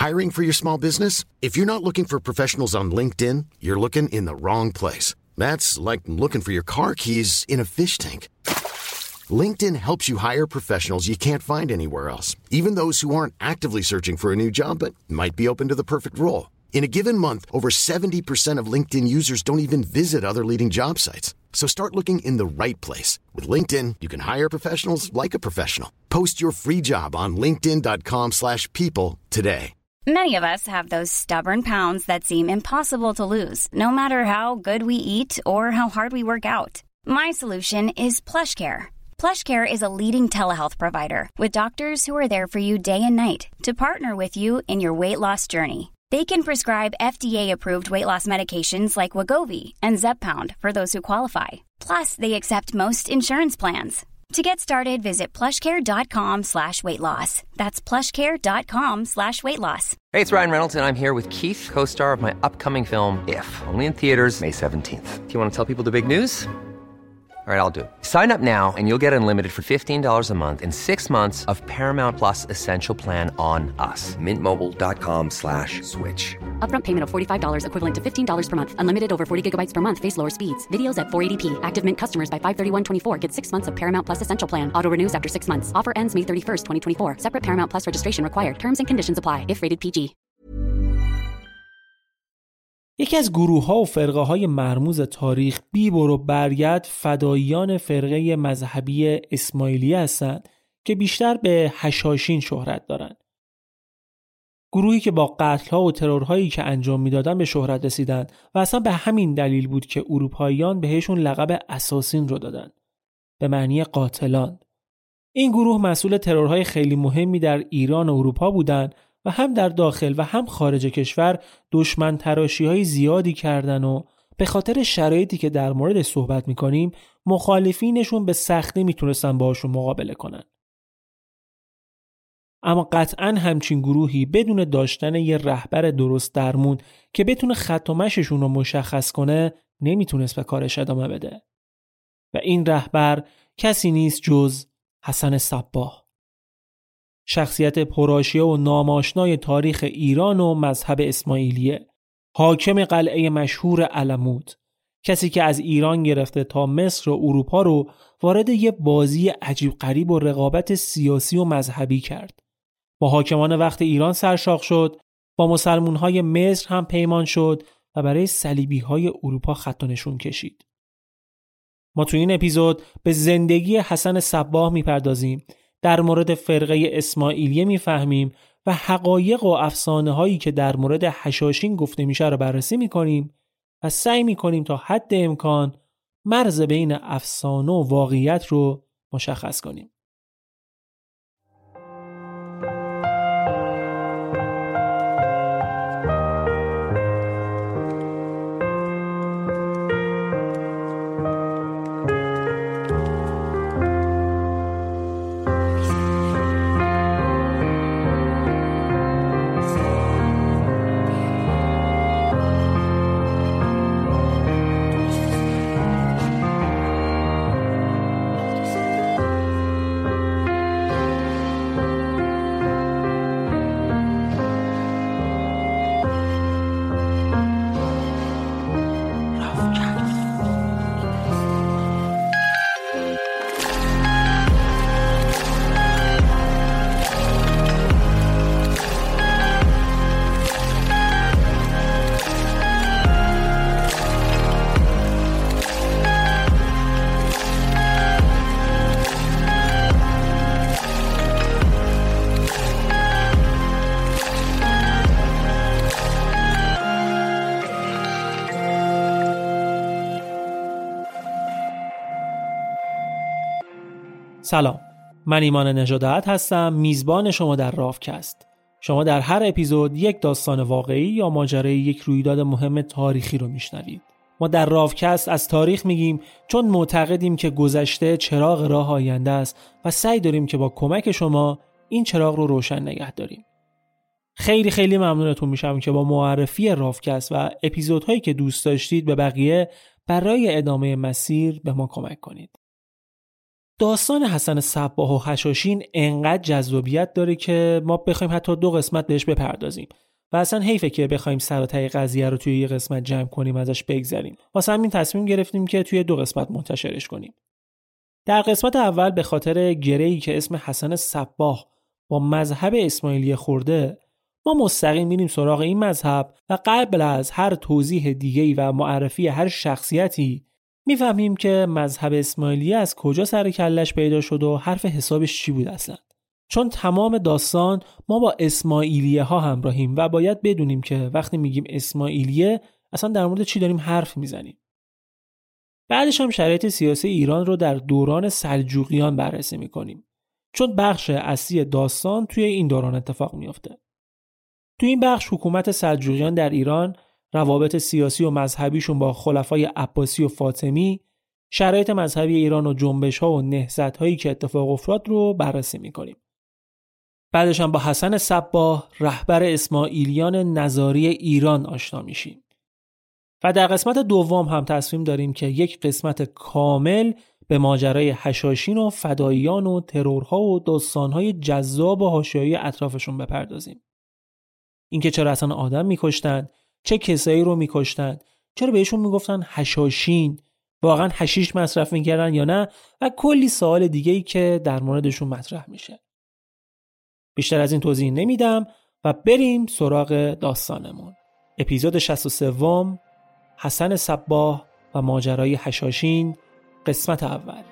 Hiring for your small business? If you're not looking for professionals on LinkedIn, you're looking in the wrong place. That's like looking for your car keys in a fish tank. LinkedIn helps you hire professionals you can't find anywhere else, even those who aren't actively searching for a new job but might be open to the perfect role. In a given month, over 70% of LinkedIn users don't even visit other leading job sites. So start looking in the right place. With LinkedIn, you can hire professionals like a professional. Post your free job on linkedin.com/people today. Many of us have those stubborn pounds that seem impossible to lose, no matter how good we eat or how hard we work out. My solution is PlushCare. PlushCare is a leading telehealth provider with doctors who are there for you day and night to partner with you in your weight loss journey. They can prescribe FDA-approved weight loss medications like Wegovy and Zepbound for those who qualify. Plus, they accept most insurance plans. To get started, visit plushcare.com/weightloss. That's plushcare.com/weightloss. Hey, it's Ryan Reynolds, and I'm here with Keith, co-star of my upcoming film, If, only in theaters May 17th. Do you want to tell people the big news? All right, I'll do it. Sign up now and you'll get unlimited for $15 a month and 6 months of Paramount Plus Essential Plan on us. MintMobile.com/switch. Upfront payment of $45 equivalent to $15 per month. Unlimited over 40 gigabytes per month. Face lower speeds. Videos at 480p. Active Mint customers by 531.24 get 6 months of Paramount Plus Essential Plan. Auto renews after 6 months. Offer ends May 31st, 2024. Separate Paramount Plus registration required. Terms and conditions apply if rated PG. یکی از گروه‌ها و فرقه‌های مرموز تاریخ بی برو برگرد فداییان فرقه مذهبی اسماعیلیه هستند که بیشتر به حشاشین شهرت دارند. گروهی که با قتل‌ها و ترورهایی که انجام میدادن به شهرت رسیدند و اصلا به همین دلیل بود که اروپاییان بهشون لقب اساسین رو دادن، به معنی قاتلان. این گروه مسئول ترورهای خیلی مهمی در ایران و اروپا بودند و هم در داخل و هم خارج کشور دشمن تراشی‌های زیادی کردن و به خاطر شرایطی که در مورد صحبت می‌کنیم مخالفینشون به سختی میتونستن باهاشون مقابله کنن. اما قطعاً همچین گروهی بدون داشتن یه رهبر درست درمون که بتونه خط و مششون رو مشخص کنه نمیتونست به کارش ادامه بده. و این رهبر کسی نیست جز حسن صباح. شخصیت پرحاشیه و ناماشنای تاریخ ایران و مذهب اسماعیلیه، حاکم قلعه مشهور علمود، کسی که از ایران گرفته تا مصر و اروپا رو وارد یه بازی عجیب غریب و رقابت سیاسی و مذهبی کرد. با حاکمان وقت ایران سرشاخ شد، با مسلمان‌های مصر هم پیمان شد و برای صلیبی‌های اروپا خط و نشون کشید. ما تو این اپیزود به زندگی حسن صباح میپردازیم، در مورد فرقه اسماعیلیه میفهمیم و حقایق و افسانه‌هایی که در مورد حشاشین گفته میشه رو بررسی میکنیم و سعی میکنیم تا حد امکان مرز بین افسانه و واقعیت رو مشخص کنیم. سلام، من ایمان نژادات هستم، میزبان شما در رافکست. شما در هر اپیزود یک داستان واقعی یا ماجرای یک رویداد مهم تاریخی رو میشنوید. ما در رافکست از تاریخ میگیم چون معتقدیم که گذشته چراغ راه آینده است و سعی داریم که با کمک شما این چراغ رو روشن نگه داریم. خیلی ممنونتون میشم که با معرفی رافکست و اپیزودهایی که دوست داشتید به بقیه برای ادامه مسیر به ما کمک کنید. داستان حسن صباح و حشاشین انقدر جذابیت داره که ما بخوایم حتی 2 قسمت بهش بپردازیم و اصلا حیفه که بخوایم سر و ته قضیه رو توی یه قسمت جمع کنیم ازش بگذریم. واسه همین تصمیم گرفتیم که توی 2 قسمت منتشرش کنیم. در قسمت اول به خاطر گره‌ای که اسم حسن صباح با مذهب اسماعیلیه خورده، ما مستقیم میریم سراغ این مذهب و قبل از هر توضیح دیگه‌ای و معرفی هر شخصیتی میفهمیم که مذهب اسماعیلیه از کجا سر کلش پیدا شد و حرف حسابش چی بود اصلا. چون تمام داستان ما با اسماعیلیه ها همراهیم و باید بدونیم که وقتی میگیم اسماعیلیه اصلا در مورد چی داریم حرف میزنیم. بعدش هم شرایط سیاسی ایران رو در دوران سلجوقیان بررسی میکنیم، چون بخش اصلی داستان توی این دوران اتفاق میفته. توی این بخش حکومت سلجوقیان در ایران، روابط سیاسی و مذهبیشون با خلفای عباسی و فاطمی، شرایط مذهبی ایران و جنبش‌ها و نهضت‌هایی که اتفاق افتاد رو بررسی می‌کنیم. بعدش هم با حسن صباح، رهبر اسماعیلیان نظاری ایران آشنا میشیم. و در قسمت دوم هم تصمیم داریم که یک قسمت کامل به ماجرای حشاشین و فداییان و ترورها و داستان‌های جذاب و حاشیه‌ای اطرافشون بپردازیم. اینکه چرا اصلا آدم می‌کشتن، چه کسایی رو می‌کشتن، چرا بهشون میگفتن حشاشین، واقعا حشیش مصرف می‌کردن یا نه، و کلی سوال دیگه‌ای که در موردشون مطرح میشه. بیشتر از این توضیح نمیدم و بریم سراغ داستانمون. اپیزود 63، حسن صباح و ماجرای حشاشین، قسمت اول.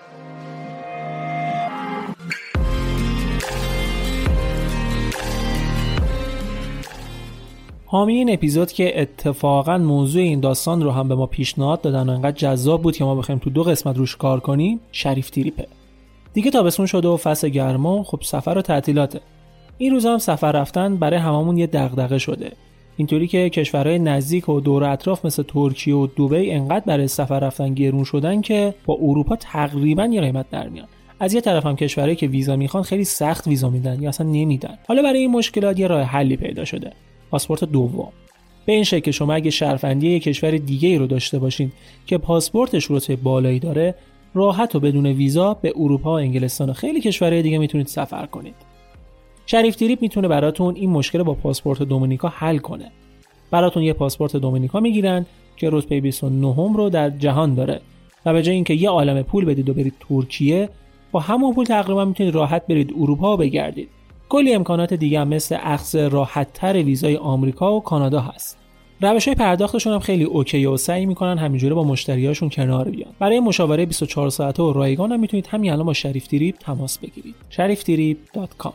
حامی این اپیزود که اتفاقاً موضوع این داستان رو هم به ما پیشنهاد دادن و انقدر جذاب بود که ما بخوایم تو 2 قسمت روش کار کنیم، شریف تریپه. دیگه تابستون شده و فصل گرما، خب سفر و تعطیلاته. این روزا هم سفر رفتن برای هممون یه دغدغه شده. اینطوری که کشورهای نزدیک و دور اطراف مثل ترکیه و دبی انقدر برای سفر رفتن گرون شدن که با اروپا تقریباً یه قیمت در میان. از یه طرف هم کشورهایی که ویزا میخوان خیلی سخت ویزا میدن یا اصلا نمیدن. حالا برای این مشکلات یه راه حلی پیدا شده. پاسپورت دوم. به این شکل که شما اگه شهروندی یک کشور دیگه‌ای رو داشته باشین که پاسپورتش رتبه بالایی داره، راحت و بدون ویزا به اروپا و انگلستان و خیلی کشورهای دیگه میتونید سفر کنید. شریف تریپ میتونه براتون این مشکل با پاسپورت دومینیکا حل کنه. براتون یه پاسپورت دومینیکا میگیرن که رتبه 29 رو در جهان داره و به جای اینکه یه عالمه پول بدید و برید ترکیه، با همون پول تقریبا میتونید راحت برید اروپا و بگردید. کلی امکانات دیگه هم مثل اخذ راحت‌تر ویزای آمریکا و کانادا هست. روش‌های پرداختشون هم خیلی اوکی و سعی میکنن همینجوری با مشتریاشون کنار بیان. برای مشاوره 24 ساعته و رایگان هم میتونید همین الان با شریف تریپ تماس بگیرید. shariftrip.com.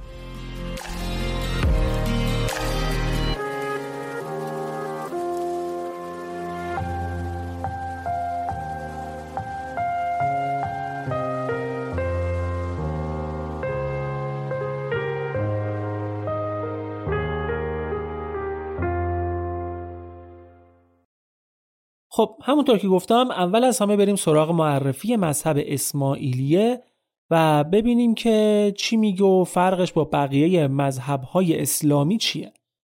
خب همونطور که گفتم، اول از همه بریم سراغ معرفی مذهب اسماعیلیه و ببینیم که چی میگه و فرقش با بقیه مذهب‌های اسلامی چیه.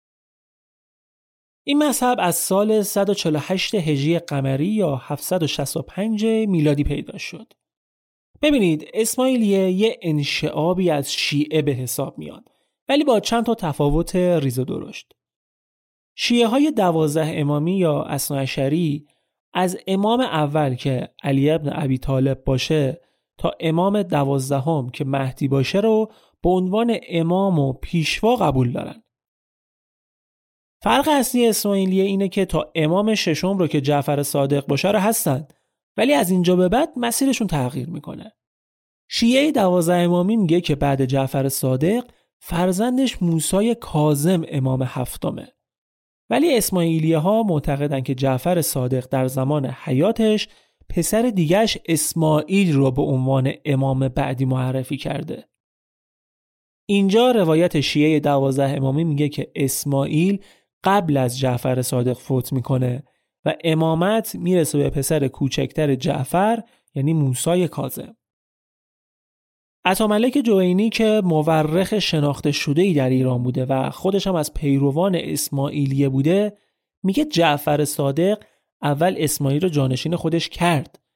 این مذهب از سال 148 هجری قمری یا 765 میلادی پیدا شد. ببینید، اسماعیلیه یه انشعابی از شیعه به حساب میاد، ولی با چند تا تفاوت ریز و درشت. شیعه های 12 امامی یا اثناعشری از امام اول که علی ابن ابی طالب باشه تا امام 12 که مهدی باشه رو به عنوان امام و پیشوا قبول دارن. فرق اصلی اسماعیلیه اینه که تا امام 6 رو که جعفر صادق باشه رو هستن، ولی از اینجا به بعد مسیرشون تغییر میکنه. شیعه 12 امامی میگه که بعد جعفر صادق فرزندش موسی کاظم امام 7مه. ولی اسماعیلیه ها معتقدن که جعفر صادق در زمان حیاتش پسر دیگه‌اش اسماعیل رو به عنوان امام بعدی معرفی کرده. اینجا روایت شیعه 12 امامی میگه که اسماعیل قبل از جعفر صادق فوت میکنه و امامت میرسه به پسر کوچکتر جعفر، یعنی موسی کاظم. عطاملک جوینی که مورخ شناخته شده‌ای در ایران بوده و خودش هم از پیروان اسماعیلیه بوده، میگه جعفر صادق اول اسماعیل رو جانشین خودش کرد،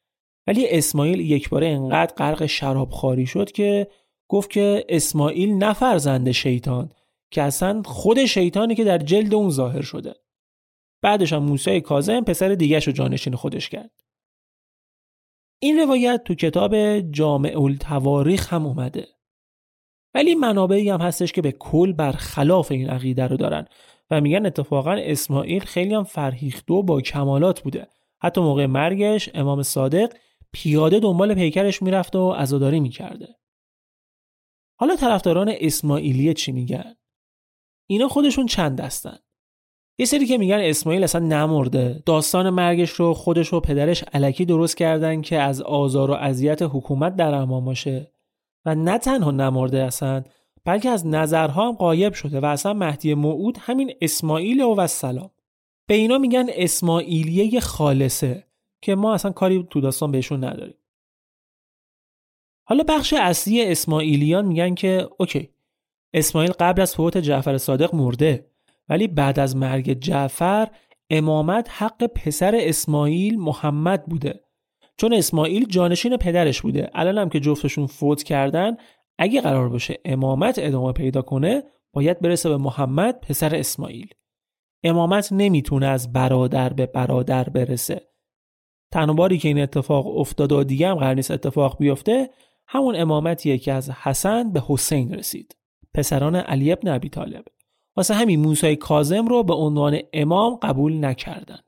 ولی اسماعیل یک باره انقدر غرق شرابخواری شد که گفت که اسماعیل نه فرزند شیطان که اصلا خود شیطانی که در جلد اون ظاهر شده. بعدش هم موسی کاظم پسر دیگه‌شو جانشین خودش کرد. این روایت تو کتاب جامع التواریخ هم اومده. ولی منابعی هم هستش که به کل برخلاف این عقیده رو دارن و میگن اتفاقا اسماعیل خیلی هم فرهیخته و با کمالات بوده. حتی موقع مرگش امام صادق پیاده دنبال پیکرش میرفت و عزاداری میکرده. حالا طرفداران اسماعیلیه چی میگن؟ اینا خودشون چند دستن. یه سری که میگن اسماعیل اصلا نمرده، داستان مرگش رو خودش و پدرش الکی درست کردن که از آزار و اذیت حکومت در امان باشه و نه تنها نمرده اصلا، بلکه از نظرها هم غایب شده و اصلا مهدی موعود همین اسماعیل و السلام. به اینا میگن اسماعیلیه خالصه که ما اصلا کاری تو داستان بهشون نداریم. حالا بخش اصلی اسماعیلیان میگن که اوکی، اسماعیل قبل از فوت جعفر صادق مرده، ولی بعد از مرگ جعفر امامت حق پسر اسماعیل محمد بوده، چون اسماعیل جانشین پدرش بوده. الان هم که جفتشون فوت کردن، اگه قرار باشه امامت ادامه پیدا کنه باید برسه به محمد پسر اسماعیل. امامت نمیتونه از برادر به برادر برسه. تنها باری که این اتفاق افتاد و دیگه هم قرار نیست اتفاق بیفته همون امامتیه که از حسن به حسین رسید، پسران علی ابن ابی طالب. واسه همین موسی کاظم رو به عنوان امام قبول نکردن.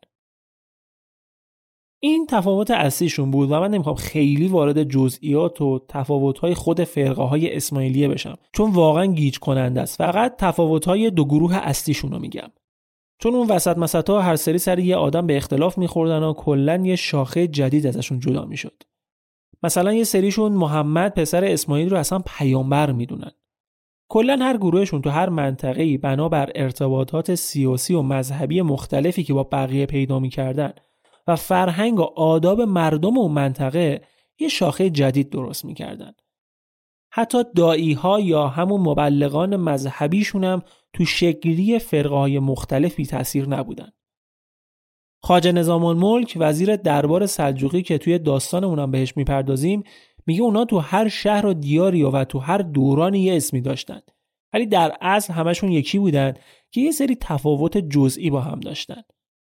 این تفاوت اصلیشون بود و من نمیخوام خیلی وارد جزئیات و تفاوت‌های خود فرقه‌های اسماعیلیه بشم، چون واقعا گیج کننده است. فقط تفاوت‌های دو گروه اصلیشون رو میگم، چون اون وسط مسطا هر سری سر یه آدم به اختلاف میخوردن و کلاً یه شاخه جدید ازشون جدا میشد. مثلا یه سریشون محمد پسر اسماعیل رو اصلا پیامبر میدونن. کلاً هر گروهشون تو هر منطقه‌ای بنابر ارتباطات سیاسی و مذهبی مختلفی که با بقیه پیدا می‌کردن و فرهنگ و آداب مردم اون منطقه یه شاخه جدید درست می‌کردن. حتی داعی‌ها یا همون مبلغان مذهبیشون هم تو شکلی فرقه‌های مختلفی تأثیر نبودن. خواجه نظام الملک وزیر دربار سلجوقی که توی داستانمون هم بهش میپردازیم میگه اونا تو هر شهر و دیاری و تو هر دورانی یه اسمی داشتن، ولی در اصل همشون یکی بودن که یه سری تفاوت جزئی با هم داشتن.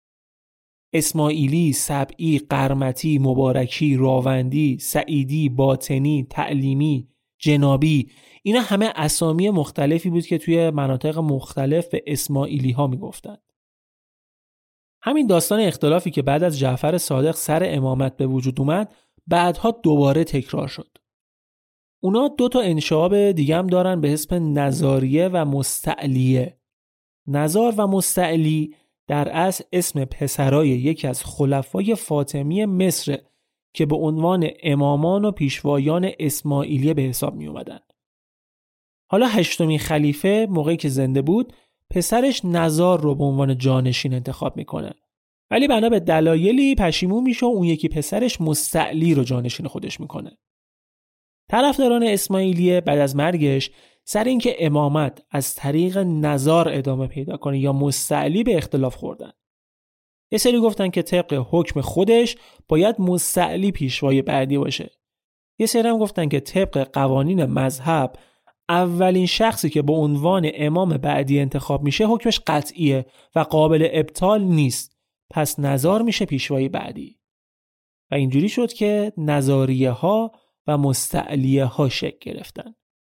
اسماعیلی، سبعی، قرمتی، مبارکی، راوندی، سعیدی، باطنی، تعلیمی، جنابی، اینا همه اسامی مختلفی بود که توی مناطق مختلف به اسماعیلی ها میگفتن. همین داستان اختلافی که بعد از جعفر صادق سر امامت به وجود اومد بعدها دوباره تکرار شد. اونا دو تا انشعاب دیگه هم دارن به اسم نزاریه و مستعلیه. نزار و مستعلی در اصل اسم پسرای یکی از خلفای فاطمی مصر که به عنوان امامان و پیشوایان اسماعیلیه به حساب می اومدن. حالا هشتمین خلیفه موقعی که زنده بود پسرش نزار رو به عنوان جانشین انتخاب میکنه، ولی بنا به دلایلی پشیمون میشه و اون یکی پسرش مستعلی رو جانشین خودش میکنه. طرفداران اسماعیلیه بعد از مرگش سر اینکه امامت از طریق نزار ادامه پیدا کنه یا مستعلی به اختلاف خوردن. یه سری گفتن که طبق حکم خودش باید مستعلی پیشوای بعدی باشه. یه سری هم گفتن که طبق قوانین مذهب اولین شخصی که به عنوان امام بعدی انتخاب میشه حکمش قطعیه و قابل ابطال نیست، پس نزار میشه پیشوای بعدی. و اینجوری شد که نزاریه ها و مستعلیه ها شکل گرفتن.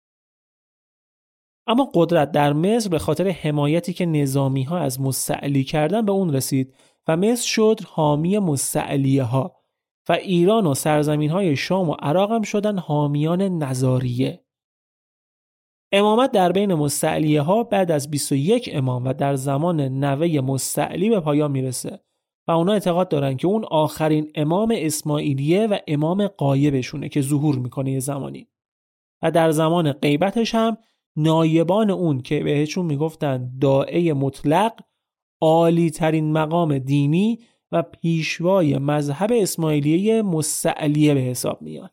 اما قدرت در مصر به خاطر حمایتی که نظامی ها از مستعلی کردن به اون رسید و مصر شد حامی مستعلیه ها و ایران و سرزمین های شام و عراق هم شدن حامیان نزاریه. امامت در بین مستعلیه ها بعد از 21 امام و در زمان نوه مستعلی به پایان میرسه و اونا اعتقاد دارن که اون آخرین امام اسماعیلیه و امام غایبشونه که ظهور میکنه یه زمانی و در زمان غیبتش هم نایبان اون که بهشون میگفتن داعی مطلق، عالی ترین مقام دینی و پیشوای مذهب اسماعیلیه مستعلیه به حساب میان.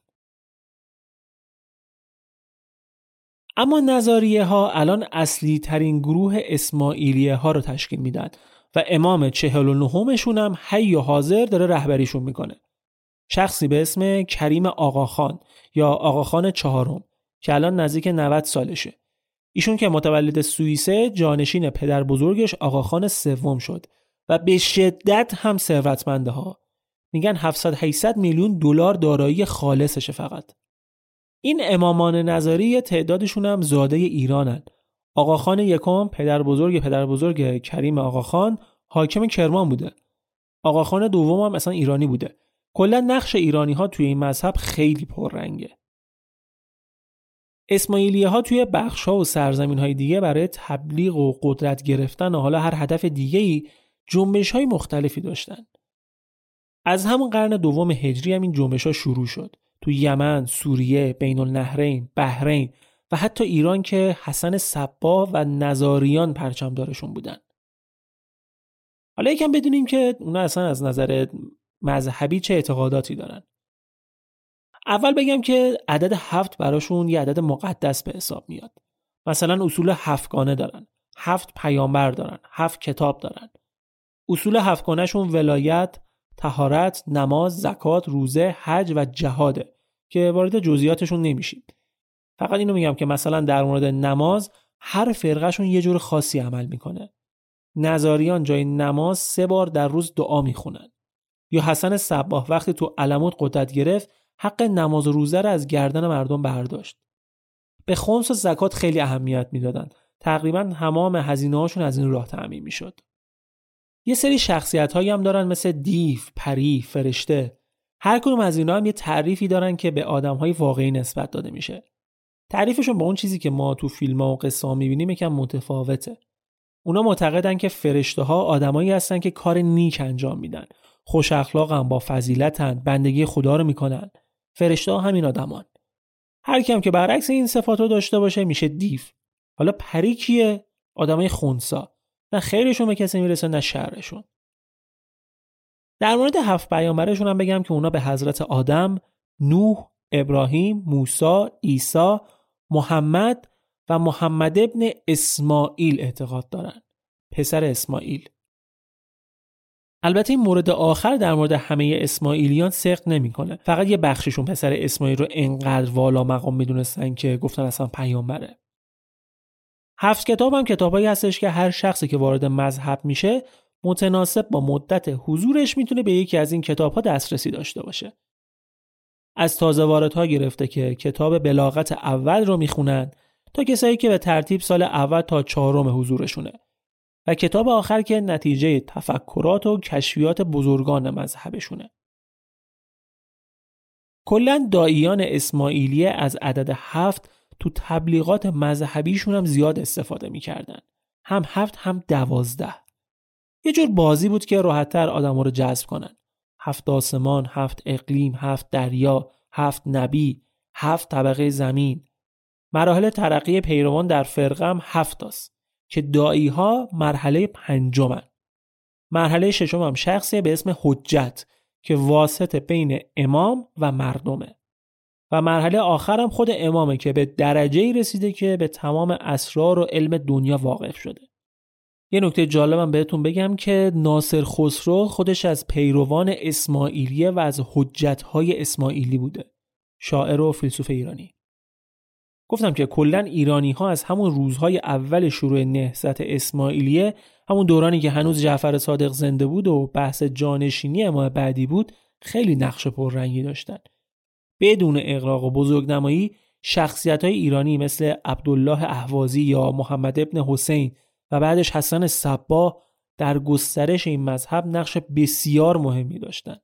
اما نزاریه ها الان اصلی ترین گروه اسماعیلیه ها رو تشکیل میدن و امام 49 هم حی و حاضر داره رهبریشون میکنه. شخصی به اسم کریم آقاخان یا آقاخان چهارم که الان نزدیک 90 سالشه. ایشون که متولد سوئیسه جانشین پدر بزرگش آقاخان سوم شد و به شدت هم ثروتمنده ها. میگن 700-800 میلیون دلار دارایی خالصشه فقط. این امامان نظری تعدادشون هم زاده ایرانن. آقاخان یکم پدر بزرگ کریم آقاخان حاکم کرمان بوده. آقاخان دوم هم اصلا ایرانی بوده. کلا نقش ایرانی ها توی این مذهب خیلی پررنگه. اسماعیلیه ها توی بخش ها و سرزمین های دیگه برای تبلیغ و قدرت گرفتن و حالا هر هدف دیگه‌ای جنبش های مختلفی داشتن. از همون قرن دوم هجری هم این جنبش ها شروع شد. تو یمن، سوریه، بین النهرین، بحرین و حتی ایران که حسن صباح و نزاریان پرچمدارشون بودن. حالا یکم بدونیم که اونا اصلا از نظر مذهبی چه اعتقاداتی دارن. اول بگم که عدد 7 براشون یه عدد مقدس به حساب میاد. مثلا اصول 7گانه دارن، 7 پیامبر دارن، 7 کتاب دارن. اصول 7گانه‌شون ولایت، طهارت، نماز، زکات، روزه، حج و جهاده که وارد جزئیاتشون نمیشیم. فقط اینو میگم که مثلا در مورد نماز هر فرقهشون یه جور خاصی عمل میکنه. نزاریان جای نماز 3 بار در روز دعا میخونن. یا حسن صباح وقتی تو علموت قدرت گرفت حق نماز و روزه رو از گردن مردم برداشت. به خمس و زکات خیلی اهمیت میدادن. تقریبا تمام هزینه‌هاشون از این راه تامین میشد. یه سری شخصیت‌هایی هم دارن مثل دیو، پری، فرشته. هر کدوم از اینا هم یه تعریفی دارن که به آدم‌های واقعی نسبت داده میشه. تعریفشون با اون چیزی که ما تو فیلم‌ها و قصه‌ها می‌بینیم یکم متفاوته. اونا معتقدن که فرشته‌ها آدمایی هستن که کار نیک انجام میدن. خوش اخلاقن، با فضیلتن، بندگی خدا رو میکنن. فرشته‌ها همین آدمان. هر کیم که برعکس این صفات رو داشته باشه میشه دیو. حالا پری کیه؟ آدمای خنثی. نه خیرشون به کسی میرسه نه شرشون. در مورد 7 پیامبرشون هم بگم که اونا به حضرت آدم، نوح، ابراهیم، موسی، عیسی، محمد و محمد ابن اسماعیل اعتقاد دارن. پسر اسماعیل. البته این مورد آخر در مورد همه اسماعیلیان صدق نمیکنه. فقط یه بخششون پسر اسماعیل رو انقدر والا مقام میدونستن که گفتن اصلا پیامبره. 7 کتاب هم کتابایی هستش که هر شخصی که وارد مذهب میشه متناسب با مدت حضورش میتونه به یکی از این کتاب‌ها دسترسی داشته باشه. از تازه واردها گرفته که کتاب بلاغت اول رو میخونن تا کسایی که به ترتیب سال اول تا 4 حضورشونه و کتاب آخر که نتیجه تفکرات و کشفیات بزرگان مذهبشونه. کلاً داعیان اسماعیلیه از عدد 7 تو تبلیغات مذهبیشون هم زیاد استفاده میکردن. هم 7 هم 12. یه جور بازی بود که راحت‌تر آدم‌ها رو جذب کنن. 7 آسمان، 7 اقلیم، 7 دریا، 7 نبی، 7 طبقه زمین. مراحل ترقی پیروان در فرقه هم 7 است که داعی‌ها مرحله 5. مرحله 6 هم شخصی به اسم حجت که واسطه بین امام و مردمه. و مرحله آخر هم خود امامه که به درجه‌ای رسیده که به تمام اسرار و علم دنیا واقف شده. یه نکته جالبم بهتون بگم که ناصر خسرو خودش از پیروان اسماعیلیه و از حجت‌های اسماعیلی بوده. شاعر و فیلسوف ایرانی. گفتم که کلاً ایرانی‌ها از همون روزهای اول شروع نهضت اسماعیلیه، همون دورانی که هنوز جعفر صادق زنده بود و بحث جانشینی امام بعدی بود، خیلی نقش پررنگی داشتن. بدون اغراق و بزرگنمایی شخصیت‌های ایرانی مثل عبدالله اهوازی یا محمد ابن حسین و بعدش حسن صباح در گسترش این مذهب نقش بسیار مهمی داشتند.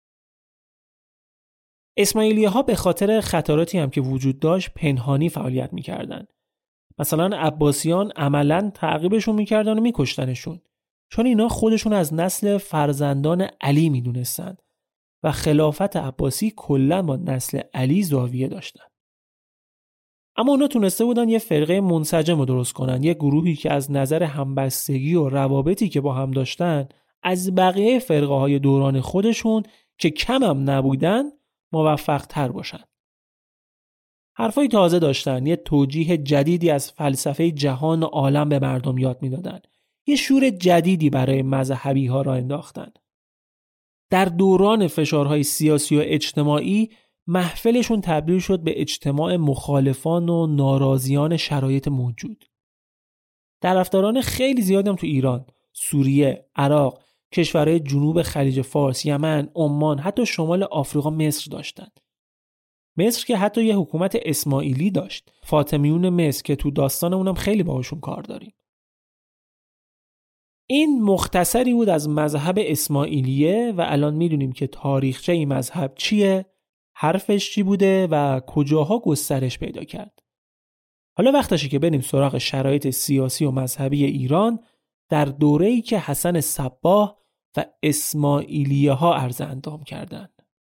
اسماعیلی‌ها به خاطر خطراتی هم که وجود داشت پنهانی فعالیت می‌کردند. مثلا عباسیان عملاً تعقیبشون می‌کردن و می‌کشتنشون، چون اینا خودشون از نسل فرزندان علی می‌دونستند و خلافت عباسی کلاً با نسل علی زاویه داشتن. اما اونا تونسته بودن یه فرقه منسجم رو درست کنن، یه گروهی که از نظر همبستگی و روابطی که با هم داشتن از بقیه فرقه های دوران خودشون که کم هم نبودن موفق تر باشن. حرفای تازه داشتن، یه توجیه جدیدی از فلسفه جهان و عالم به مردم یاد میدادن. یه شور جدیدی برای مذهبی ها را انداختن. در دوران فشارهای سیاسی و اجتماعی محفلشون تبدیل شد به اجتماع مخالفان و ناراضیان شرایط موجود. طرفداران خیلی زیادی هم تو ایران، سوریه، عراق، کشورهای جنوب خلیج فارس، یمن، عمان، حتی شمال آفریقا، مصر داشتن. مصر که حتی یه حکومت اسماعیلی داشت، فاطمیون مصر، که تو داستان اونم خیلی باهاشون کار داریم. این مختصری بود از مذهب اسماعیلیه و الان میدونیم که تاریخچه این مذهب چیه، حرفش چی بوده و کجاها گسترش پیدا کرد. حالا وقتشه که بریم سراغ شرایط سیاسی و مذهبی ایران در دوره‌ای که حسن صباح و اسماعیلیه ها عرض اندام کردند.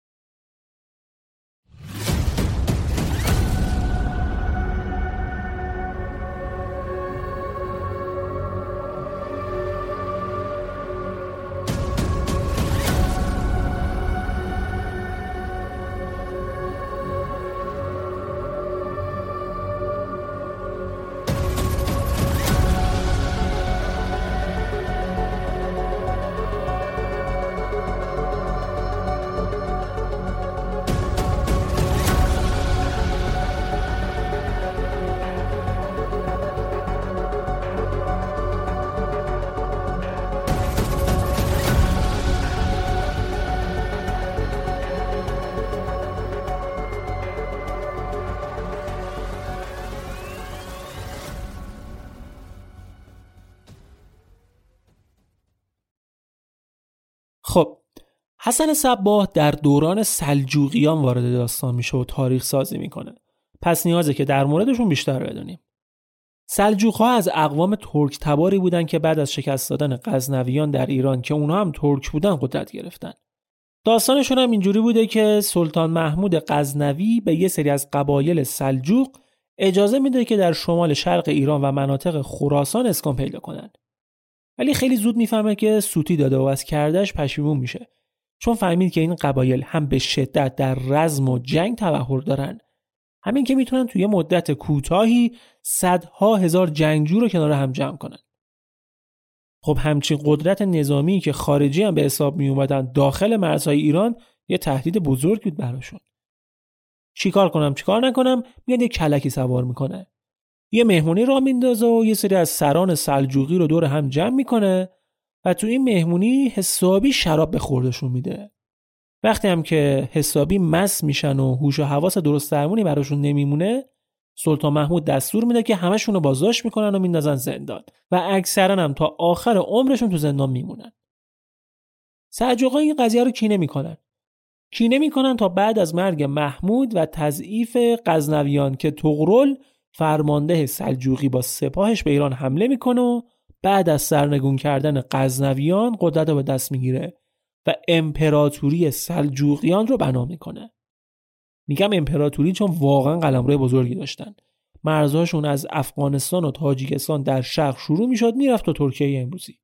خب حسن صباح در دوران سلجوقیان وارد داستان میشه و تاریخ سازی میکنه. پس نیازه که در موردشون بیشتر بدونیم. سلجوق‌ها از اقوام ترک تباری بودن که بعد از شکست دادن غزنویان در ایران که اونها هم ترک بودن قدرت گرفتن. داستانشون هم اینجوری بوده که سلطان محمود غزنوی به یه سری از قبایل سلجوق اجازه میده که در شمال شرق ایران و مناطق خراسان اسکان پیدا کنن. ولی خیلی زود میفهمه که سوتی داده و از کردش پشیمون میشه، چون فهمید که این قبایل هم به شدت در رزم و جنگ تبحر دارن، همین که میتونن توی مدت کوتاهی صدها هزار جنگجو رو کنار هم جمع کنن. خب همچین قدرت نظامی که خارجی هم به حساب می اومدن داخل مرزهای ایران یه تهدید بزرگ بود براشون. چیکار کنم چیکار نکنم، میاد یه کلکی سوار میکنه، یه مهمونی راه میندازه و یه سری از سران سلجوقی رو دور هم جمع میکنه و تو این مهمونی حسابی شراب به خوردشون میده. وقتی هم که حسابی مست میشن و هوش و حواس درست درمونی براشون نمیمونه، سلطان محمود دستور میده که همشون رو بازداشت میکنن و میندازن زندان و اکثرا هم تا آخر عمرشون تو زندان میمونن. سلجوقا این قضیه رو کینه میکنن تا بعد از مرگ محمود و تضعیف غزنویان که طغرل فرمانده سلجوقی با سپاهش به ایران حمله میکنه و بعد از سرنگون کردن غزنویان قدرت رو به دست میگیره و امپراتوری سلجوقیان رو بنا میکنه. میگم امپراتوری چون واقعا قلمرو بزرگی داشتن. مرزهاشون از افغانستان و تاجیکستان در شرق شروع میشد میرفت تا ترکیه امروزی.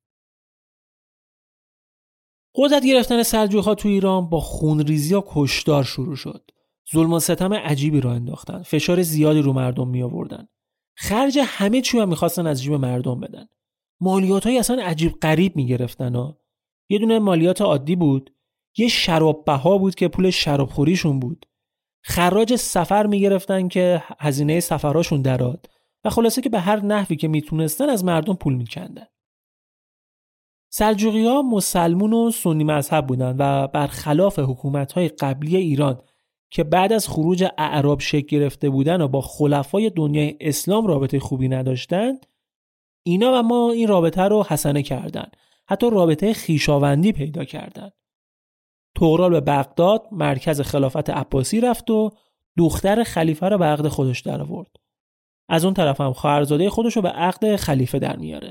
قدرت گرفتن سلجوق‌ها تو ایران با خونریزی و کشتار شروع شد. ظلم و ستم عجیبی را انداختن، فشار زیادی رو مردم می آوردن، خرج همه چی هم می‌خواستن از جیب مردم بدن. مالیات‌های اصلا عجیب غریب می‌گرفتن ها. یه دونه مالیات عادی بود، یه شراب بها بود که پول شرابخوریشون بود. خراج سفر می‌گرفتن که هزینه سفراشون درآد و خلاصه که به هر نحوی که میتونستن از مردم پول می‌کندن. سلجوقی‌ها مسلمون و سنی مذهب بودن و برخلاف حکومت‌های قبلی ایران که بعد از خروج اعراب شکل گرفته بودن و با خلفای دنیای اسلام رابطه خوبی نداشتن، اینا و ما این رابطه رو حسنه کردن، حتی رابطه خویشاوندی پیدا کردن. طغرل به بغداد مرکز خلافت عباسی رفت و دختر خلیفه رو به عقد خودش در آورد. از اون طرف هم خواهرزاده خودش رو به عقد خلیفه در میاره.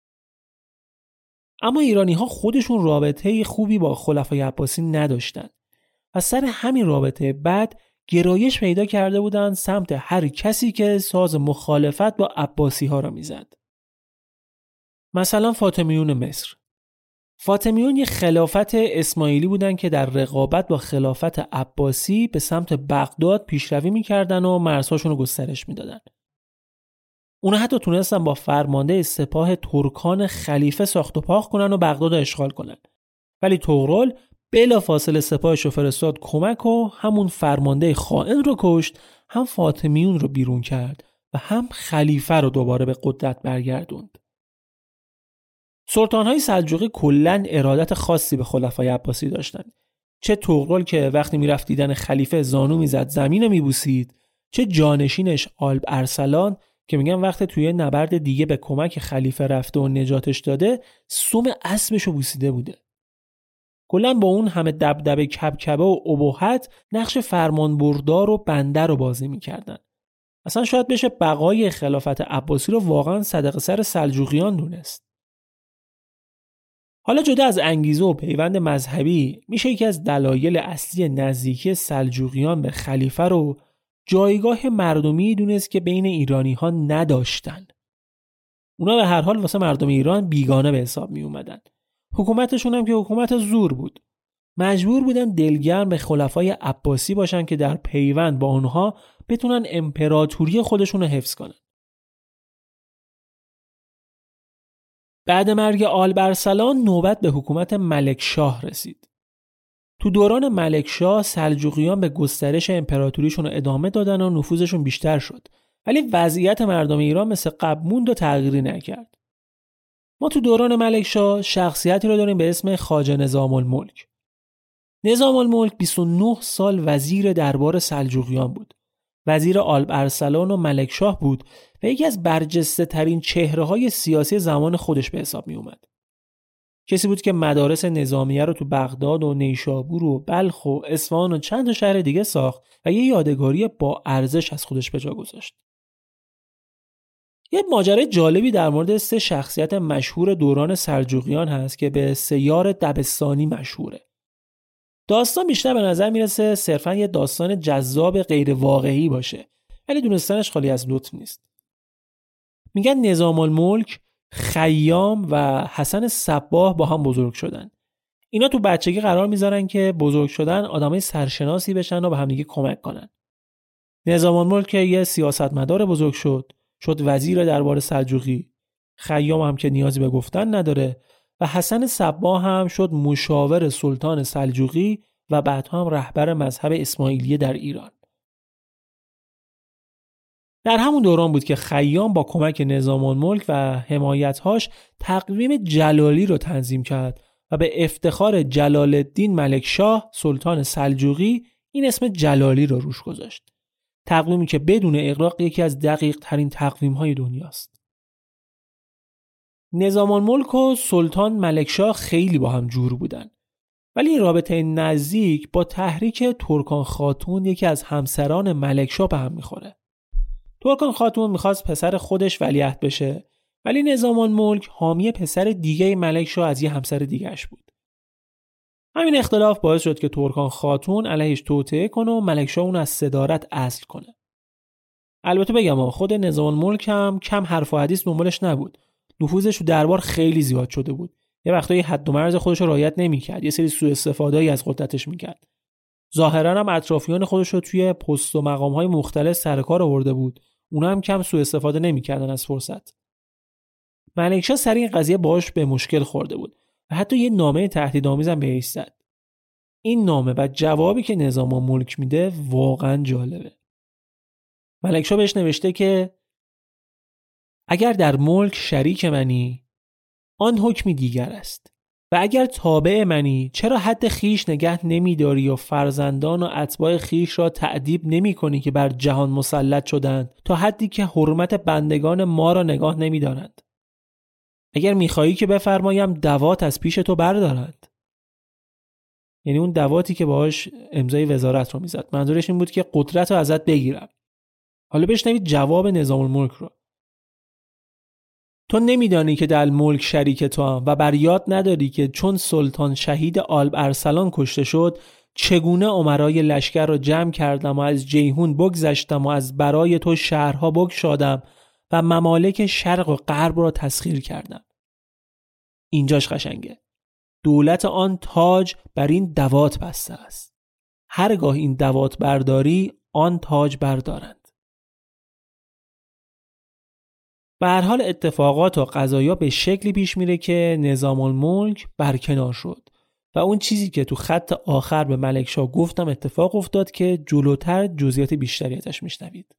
اما ایرانی‌ها خودشون رابطه خوبی با خلفای عباسی نداشتن و سر همین رابطه بعد گرایش پیدا کرده بودن سمت هر کسی که ساز مخالفت با عباسی ها را میزد. مثلا فاطمیون مصر. فاطمیون یه خلافت اسماعیلی بودن که در رقابت با خلافت عباسی به سمت بغداد پیشروی میکردن و مرزهاشون رو گسترش میدادن. اونا حتی تونستن با فرمانده سپاه ترکان خلیفه ساخت و پاخت کنن و بغداد رو اشغال کنن. ولی طغرل بلافاصله سپاهش رو فرستاد کمک و همون فرمانده خائن رو کشت، هم فاطمیون رو بیرون کرد و هم خلیفه رو دوباره به قدرت برگردوند. سلطان‌های سلجوقی کلاً ارادت خاصی به خلفای عباسی داشتند. چه طغرل که وقتی میرفت دیدن خلیفه زانو میزد زمین رو میبوسید، چه جانشینش آلب ارسلان که میگن وقتی توی نبرد دیگه به کمک خلیفه رفته و نجاتش داده سم اسبش رو بوسیده بوده. کلاً با اون همه دبدبه کبکبه و ابهت نقش فرمانبردار و بنده رو بازی میکردن. اصلا شاید بشه بقای خلافت عباسی رو واقعاً صدقه سر سلجوقیان دونست. حالا جدا از انگیزه و پیوند مذهبی میشه یکی از دلایل اصلی نزدیکی سلجوقیان به خلیفه رو جایگاه مردمی دونست که بین ایرانی ها نداشتن. اونا به هر حال واسه مردم ایران بیگانه به حساب می اومدن. حکومتشون هم که حکومت زور بود. مجبور بودن دلگرم به خلفای عباسی باشن که در پیوند با اونها بتونن امپراتوری خودشون رو حفظ کنن. بعد مرگ آلب ارسلان نوبت به حکومت ملکشاه رسید. تو دوران ملکشاه سلجوقیان به گسترش امپراتوریشون رو ادامه دادن و نفوذشون بیشتر شد. ولی وضعیت مردم ایران مثل قبل موند و تغییری نکرد. ما تو دوران ملکشاه شخصیتی رو داریم به اسم خواجه نظام الملک. نظام الملک 29 سال وزیر دربار سلجوقیان بود. وزیر آلب ارسلان و ملکشاه بود و یکی از برجسته ترین چهره های سیاسی زمان خودش به حساب می اومد. کسی بود که مدارس نظامیه رو تو بغداد و نیشابور و بلخ و اصفهان و چند تا شهر دیگه ساخت و یه یادگاری با ارزش از خودش به جا گذاشت. یه ماجرای جالبی در مورد 3 شخصیت مشهور دوران سلجوقیان هست که به سیار دبستانی مشهوره. داستان بیشتر به نظر میرسه صرفاً یه داستان جذاب غیر واقعی باشه، ولی دونستنش خالی از لطف نیست. میگن نظام الملک، خیام و حسن صباح با هم بزرگ شدن. اینا تو بچگی قرار میذارن که بزرگ شدن آدمای سرشناسی بشن و به هم دیگه کمک کنن. نظام الملک یه سیاستمدار بزرگ شد وزیر دربار سلجوقی. خیام هم که نیازی به گفتن نداره و حسن صباح هم شد مشاور سلطان سلجوقی و بعدها هم رهبر مذهب اسماعیلیه در ایران. در همون دوران بود که خیام با کمک نظام الملک و حمایت‌هاش تقویم جلالی رو تنظیم کرد و به افتخار جلال الدین ملکشاه سلطان سلجوقی این اسم جلالی رو روش گذاشت. تقویمی که بدون اغراق یکی از دقیق ترین تقویم‌های دنیاست. نظام الملک و سلطان ملکشاه خیلی با هم جور بودن. ولی این رابطه نزدیک با تحریک ترکان خاتون یکی از همسران ملکشاه به هم میخوره. ترکان خاتون میخواست پسر خودش ولیعهد بشه، ولی نظام الملک حامی پسر دیگه ملکشاه از یه همسر دیگه‌اش بود. همین اختلاف باعث شد که ترکان خاتون علیهش توطئه کنه و ملکشاه اون از صدارت عزل کنه. البته بگم خود نظام الملک هم کم حرف و حدیث دنبالش نبود. نفوذش تو دربار خیلی زیاد شده بود. یه وقتایی حد و مرز خودش رو رعایت نمی‌کرد. یه سری سوء استفاده‌ای از قدرتش می‌کرد. ظاهراً هم اطرافیان خودش رو توی پست و مقام‌های مختلف سر کار آورده بود. اونا هم کم سوء استفاده نمی‌کردن از فرصت. ملکشاه سر این قضیه باهاش به مشکل خورده بود و حتی یه نامه تهدیدآمیز هم بهش زد. این نامه و جوابی که نظام الملک میده واقعاً جالبه. ملکشاه بهش نوشته که اگر در ملک شریک منی آن حکمی دیگر است و اگر تابع منی چرا حد خیش نگه نمی‌داری و فرزندان و اتباع خیش را تأدیب نمی‌کنی که بر جهان مسلط شدند تا حدی که حرمت بندگان ما را نگاه نمی‌دارند. اگر می‌خواهی که بفرمایم دوات از پیش تو بردارند. یعنی اون دواتی که باهاش امضای وزارت رو میزد. منظورش این بود که قدرت رو ازت بگیرم. حالا بشنوید جواب نظام الملک رو. تو نمیدانی که در ملک شریک تو هم و بر یاد نداری که چون سلطان شهید آلب ارسلان کشته شد چگونه امرای لشکر را جمع کردم و از جیهون بگذشتم و از برای تو شهرها بگشادم و ممالک شرق و غرب را تسخیر کردم. اینجاش قشنگه. دولت آن تاج بر این دوات بسته است. هرگاه این دوات برداری آن تاج بردارند. به هر حال اتفاقات و قضایا به شکلی پیش میره که نظام الملک برکنار شد و اون چیزی که تو خط آخر به ملکشاه گفتم اتفاق افتاد که جلوتر جزئیات بیشتری ازش میشنوید.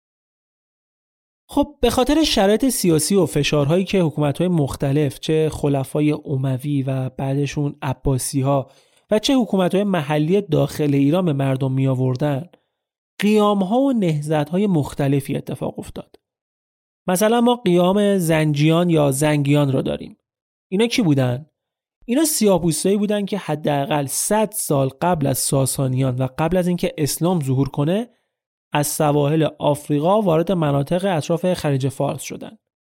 خب به خاطر شرایط سیاسی و فشارهایی که حکومت‌های مختلف، چه خلفای اموی و بعدشون عباسی‌ها و چه حکومت‌های محلی داخل ایران به مردم می آوردن، قیام‌ها و نهضت‌های مختلفی اتفاق افتاد. مثلا ما قیام زنجیان یا زنگیان رو داریم. اینا کی بودن؟ اینا سیاه‌پوستایی بودن که حداقل 100 سال قبل از ساسانیان و قبل از اینکه اسلام ظهور کنه از سواحل آفریقا وارد مناطق اطراف خلیج فارس شدن.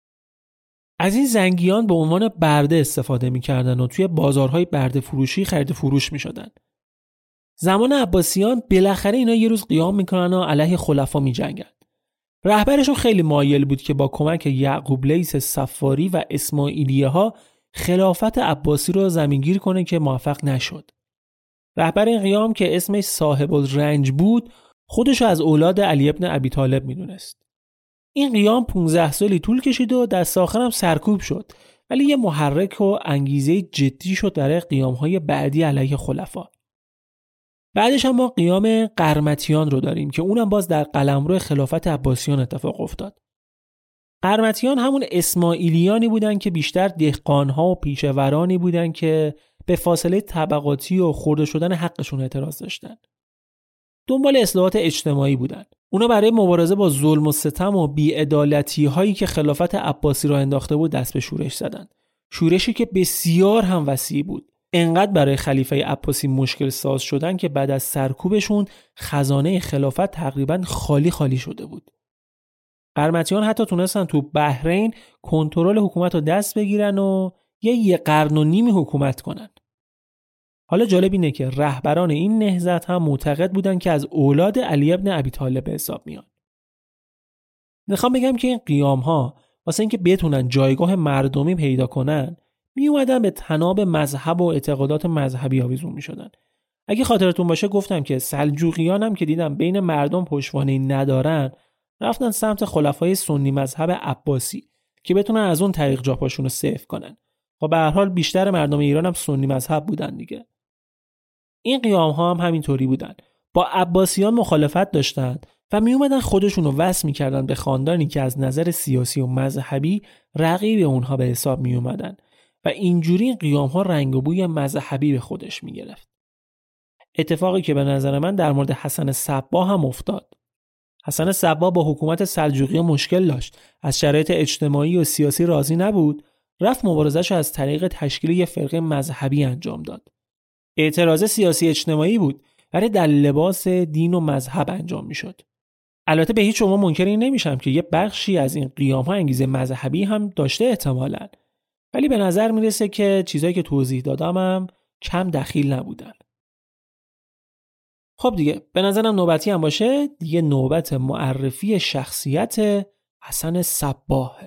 از این زنگیان به عنوان برده استفاده می‌کردن و توی بازارهای برده فروشی خرید فروش می‌شدن. زمان عباسیان بالاخره اینا یه روز قیام می‌کنن و علیه خلفا می‌جنگن. رهبرشون خیلی مایل بود که با کمک یعقوب لیث صفاری و اسماعیلیه ها خلافت عباسی رو زمینگیر کنه که موفق نشد. رهبر این قیام که اسمش صاحب الرنج بود خودش از اولاد علی ابن ابی طالب میدونست. این قیام 15 سالی طول کشید و دست آخر هم سرکوب شد، ولی یه محرک و انگیزه جدی شد برای قیام‌های بعدی علیه خلفا. بعدش هم ما قیام قرمطیان رو داریم که اونم باز در قلمرو خلافت عباسیان اتفاق افتاد. قرمطیان همون اسماعیلیانی بودن که بیشتر دهقان‌ها و پیشورانی بودن که به فاصله طبقاتی و خرده شدن حقشون اعتراض داشتن. دنبال اصلاحات اجتماعی بودن. اونا برای مبارزه با ظلم و ستم و بی‌عدالتی‌هایی که خلافت عباسی را انداخته بود دست به شورش زدن. شورشی که بسیار هم وسیع بود. انقدر برای خلیفه عباسی مشکل ساز شدن که بعد از سرکوبشون خزانه خلافت تقریباً خالی شده بود. قرمطیان حتی تونستن تو بحرین کنترل حکومت رو دست بگیرن و یه قرن و نیم حکومت کنن. حالا جالب اینه که رهبران این نهضت هم معتقد بودن که از اولاد علی ابن ابی طالب به حساب میان. میخوام بگم که این قیام ها واسه اینکه بتونن جایگاه مردمی پیدا کنن می اومدن به تناب مذهب و اعتقادات مذهبی آویزون می شدن. اگه خاطرتون باشه گفتم که سلجوقیان هم که دیدم بین مردم پشتوانه‌ای ندارن رفتن سمت خلفای سنی مذهب عباسی که بتونن از اون طریق جا پاشون رو سیف کنن. خب به هر حال بیشتر مردم ایران هم سنی مذهب بودن دیگه. این قیام ها هم همینطوری بودن. با عباسیان مخالفت داشتن و می اومدن خودشون رو وصل می‌کردن به خاندانی که از نظر سیاسی و مذهبی رقیب اونها به حساب می اومدن و اینجوری این قیام ها رنگ و بوی مذهبی به خودش می گرفت. اتفاقی که به نظر من در مورد حسن صباح هم افتاد. حسن صباح با حکومت سلجوقی مشکل داشت، از شرایط اجتماعی و سیاسی راضی نبود، رفت مبارزه‌اش از طریق تشکیل یک فرقه مذهبی انجام داد. اعتراض سیاسی اجتماعی بود، ولی در لباس دین و مذهب انجام میشد. البته به هیچ عنوان منکر این نمیشم که یه بخشی از این قیام‌ها انگیزه مذهبی هم داشته احتمالاً، ولی به نظر میرسه که چیزایی که توضیح دادم هم کم دخیل نبودن. خب دیگه به نظرم نوبتی هم باشه دیگه نوبت معرفی شخصیت حسن صباحه.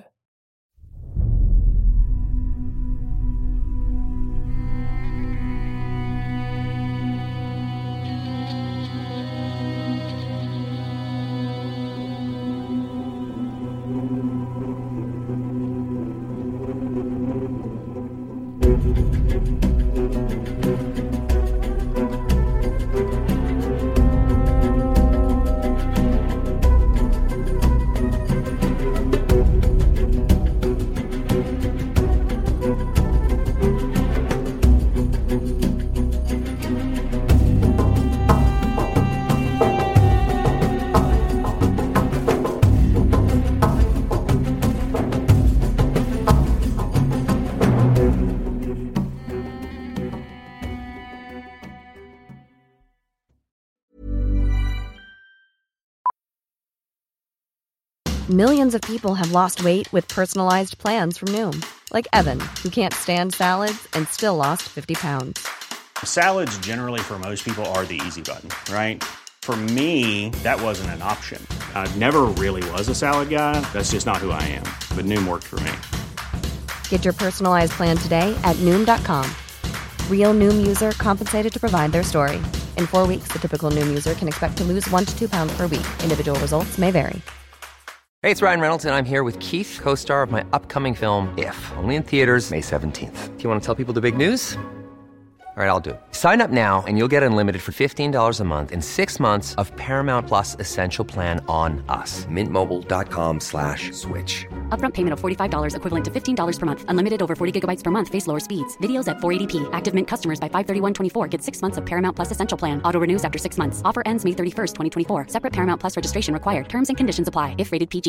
Millions of people have lost weight with personalized plans from Noom, like Evan, who can't stand salads and still lost 50 pounds. Salads generally for most people are the easy button, right? For me, that wasn't an option. I never really was a salad guy. That's just not who I am. But Noom worked for me. Get your personalized plan today at Noom.com. Real Noom user compensated to provide their story. In 4 weeks, the typical Noom user can expect to lose 1 to 2 pounds per week. Individual results may vary. Hey, it's Ryan Reynolds, and I'm here with Keith, co-star of my upcoming film, If, only in theaters May 17th. Do you want to tell people the big news? All right, I'll do it. Sign up now and you'll get unlimited for $15 a month and 6 months of Paramount Plus Essential Plan on us. MintMobile.com/switch. Upfront payment of $45 equivalent to $15 per month. Unlimited over 40 gigabytes per month. Face lower speeds. Videos at 480p. Active Mint customers by 531.24 get 6 months of Paramount Plus Essential Plan. Auto renews after 6 months. Offer ends May 31st, 2024. Separate Paramount Plus registration required. Terms and conditions apply if rated PG.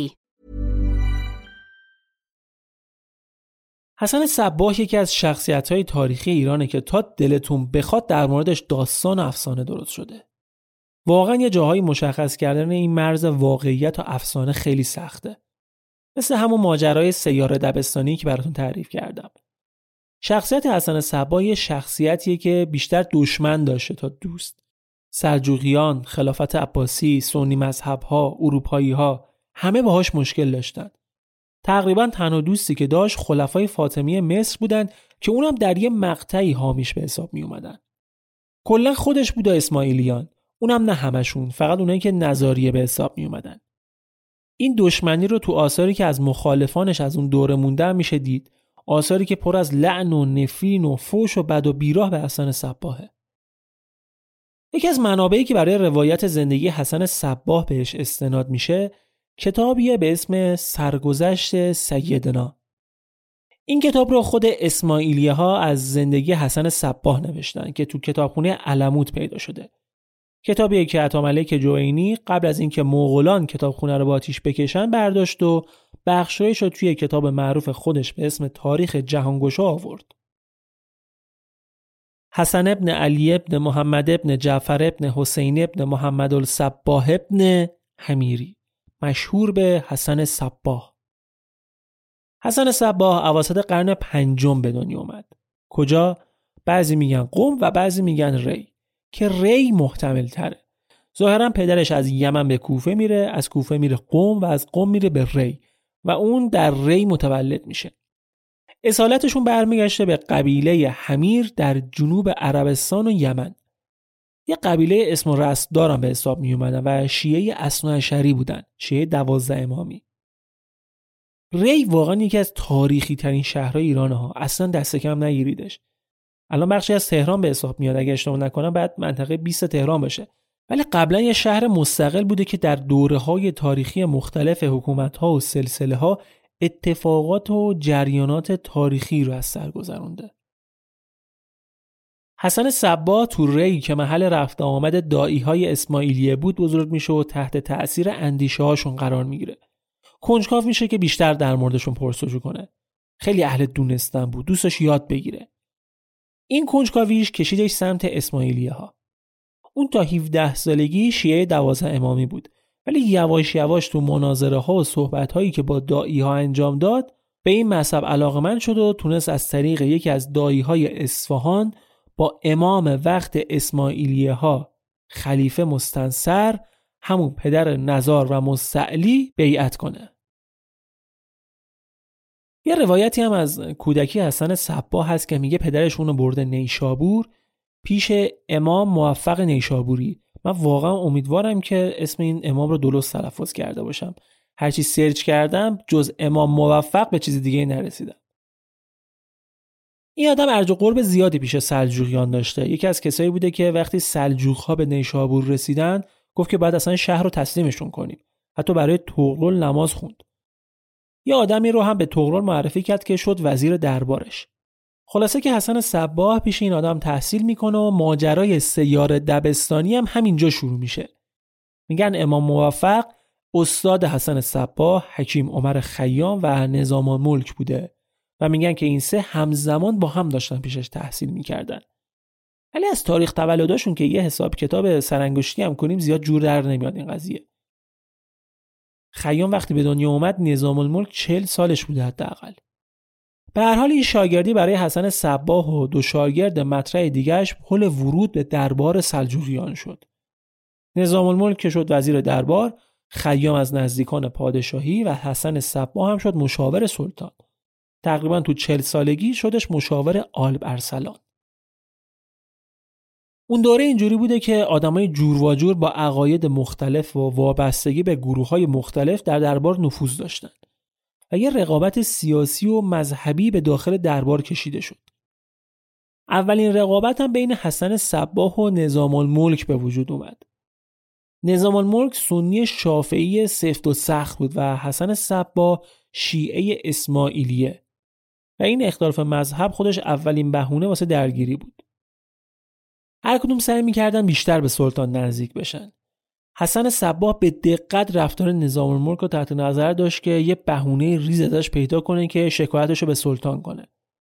حسن صباح یکی از شخصیت‌های تاریخی ایرانه که تا دلتون بخواد در موردش داستان و افسانه درست شده. واقعا یه جاهایی مشخص کردن این مرز واقعیت و افسانه خیلی سخته. مثل همون ماجرای سیاره دبستانی که براتون تعریف کردم. شخصیت حسن صباح یه شخصیتیه که بیشتر دشمن داشته تا دوست. سلجوقیان، خلافت عباسی، سنی مذهب‌ها، اروپایی‌ها همه باهاش مشکل داشتن. تقریبا تنها دوستی که داشت خلفای فاطمی مصر بودن که اونم در یه مقطعی حامیش به حساب می اومدن. کلا خودش بود و اسماعیلیان، اونم نه همشون، فقط اونایی که نظاریه به حساب می اومدن. این دشمنی رو تو آثاری که از مخالفانش از اون دوره مونده میشه دید، آثاری که پر از لعن و نفرین و فحش و بد و بیراه به حسن صباحه. یکی از منابعی که برای روایت زندگی حسن صباح بهش استناد میشه کتابیه به اسم سرگذشت سیدنا. این کتاب رو خود اسماعیلیه ها از زندگی حسن صباح نوشتن که تو کتابخونه علموت پیدا شده. کتابیه که عطاملک جوینی قبل از اینکه مغولان کتابخونه رو با آتیش بکشن برداشت و بخشایش رو توی کتاب معروف خودش به اسم تاریخ جهانگشا آورد. حسن ابن علی ابن محمد ابن جعفر ابن حسین ابن محمد الصباح ابن حمیری، مشهور به حسن صباح. حسن صباح اواسط قرن 5 به دنیا اومد. کجا؟ بعضی میگن قم و بعضی میگن ری، که ری محتمل تره. ظاهرا پدرش از یمن به کوفه میره، از کوفه میره قم و از قم میره به ری و اون در ری متولد میشه. اصالتشون برمیگشته به قبیله حمیر در جنوب عربستان و یمن. یه قبیله اسم و رسم دارن به حساب می اومدن و شیعه اثناعشری بودن، شیعه 12 امامی. ری واقعا یکی از تاریخی ترین شهرهای ایرانه ها، اصلا دست کم نگیریدش. الان بخشی از تهران به حساب میاد، اگه اشتباه نکنم بعد منطقه 20 تهران بشه. ولی قبلا یه شهر مستقل بوده که در دوره‌های تاریخی مختلف حکومت‌ها و سلسله‌ها اتفاقات و جریانات تاریخی رو از سر گذرونده. حسن صباح تو ری که محل رفت آمد داعی‌های اسماعیلیه بود بزرگ میشه و تحت تأثیر اندیشه‌هاشون قرار میگیره. کنجکاو میشه که بیشتر در موردشون پرسجو کنه. خیلی اهل دونستن بود، دوستش یاد بگیره. این کنجکاویش کشیدش سمت اسماعیلیه ها. اون تا 17 سالگی شیعه 12 امامی بود، ولی یواش یواش تو مناظره ها و صحبت هایی که با داعی ها انجام داد به این مذهب علاقمند شد و تونست از طریق یکی از داعی های اصفهان با امام وقت اسماعیلیه ها خلیفه مستنصر، همون پدر نزار و مستعلی، بیعت کنه. یه روایتی هم از کودکی حسن صباح هست که میگه پدرش اونو برده نیشابور پیش امام موفق نیشابوری. من واقعا امیدوارم که اسم این امام رو درست تلفظ کرده باشم. هرچی سرچ کردم جز امام موفق به چیز دیگه نرسیدم. این آدم ارج و قرب زیادی پیش سلجوقیان داشته. یکی از کسایی بوده که وقتی سلجوق‌ها به نیشابور رسیدن گفت که باید اصلا شهر رو تسلیمشون کنیم. حتی برای طغرل نماز خوند. یه آدمی رو هم به طغرل معرفی کرد که شد وزیر دربارش. خلاصه که حسن صباح پیش این آدم تحصیل میکنه و ماجرای سیاره دبستانی هم همینجا شروع میشه. میگن امام موفق استاد حسن صباح حکیم عمر خیام و نظام الملک بوده و میگن که این سه همزمان با هم داشتن پیشش تحصیل میکردن. ولی از تاریخ تولدشون که یه حساب کتاب سرانگشتی هم کنیم زیاد جور در نمیاد این قضیه. خیام وقتی به دنیا اومد نظام الملک 40 سالش بوده حداقل. به هر حال این شاگردی برای حسن صباح و دو شاگرد مطرح دیگرش پل ورود به دربار سلجوقیان شد. نظام الملک که شد وزیر دربار، خیام از نزدیکان پادشاهی و حسن صباح هم شد مشاور سلطان. تقریبا تو 40 سالگی شدش مشاور آل ارسلان. اون دوره اینجوری بوده که آدمای جور و جور با عقاید مختلف و وابستگی به گروه‌های مختلف در دربار نفوذ داشتن و یه رقابت سیاسی و مذهبی به داخل دربار کشیده شد. اولین رقابت هم بین حسن صباح و نظام الملک به وجود اومد. نظام الملک سنی شافعی سفت و سخت بود و حسن صباح شیعه اسماعیلیه و این اختلاف مذهب خودش اولین بهونه واسه درگیری بود. هر کدوم سعی می‌کردن بیشتر به سلطان نزدیک بشن. حسن صباح به دقت رفتار نظام الملک رو تحت نظر داشت که یه بهونه ریز ازش پیدا کنه که شکایتش رو به سلطان کنه.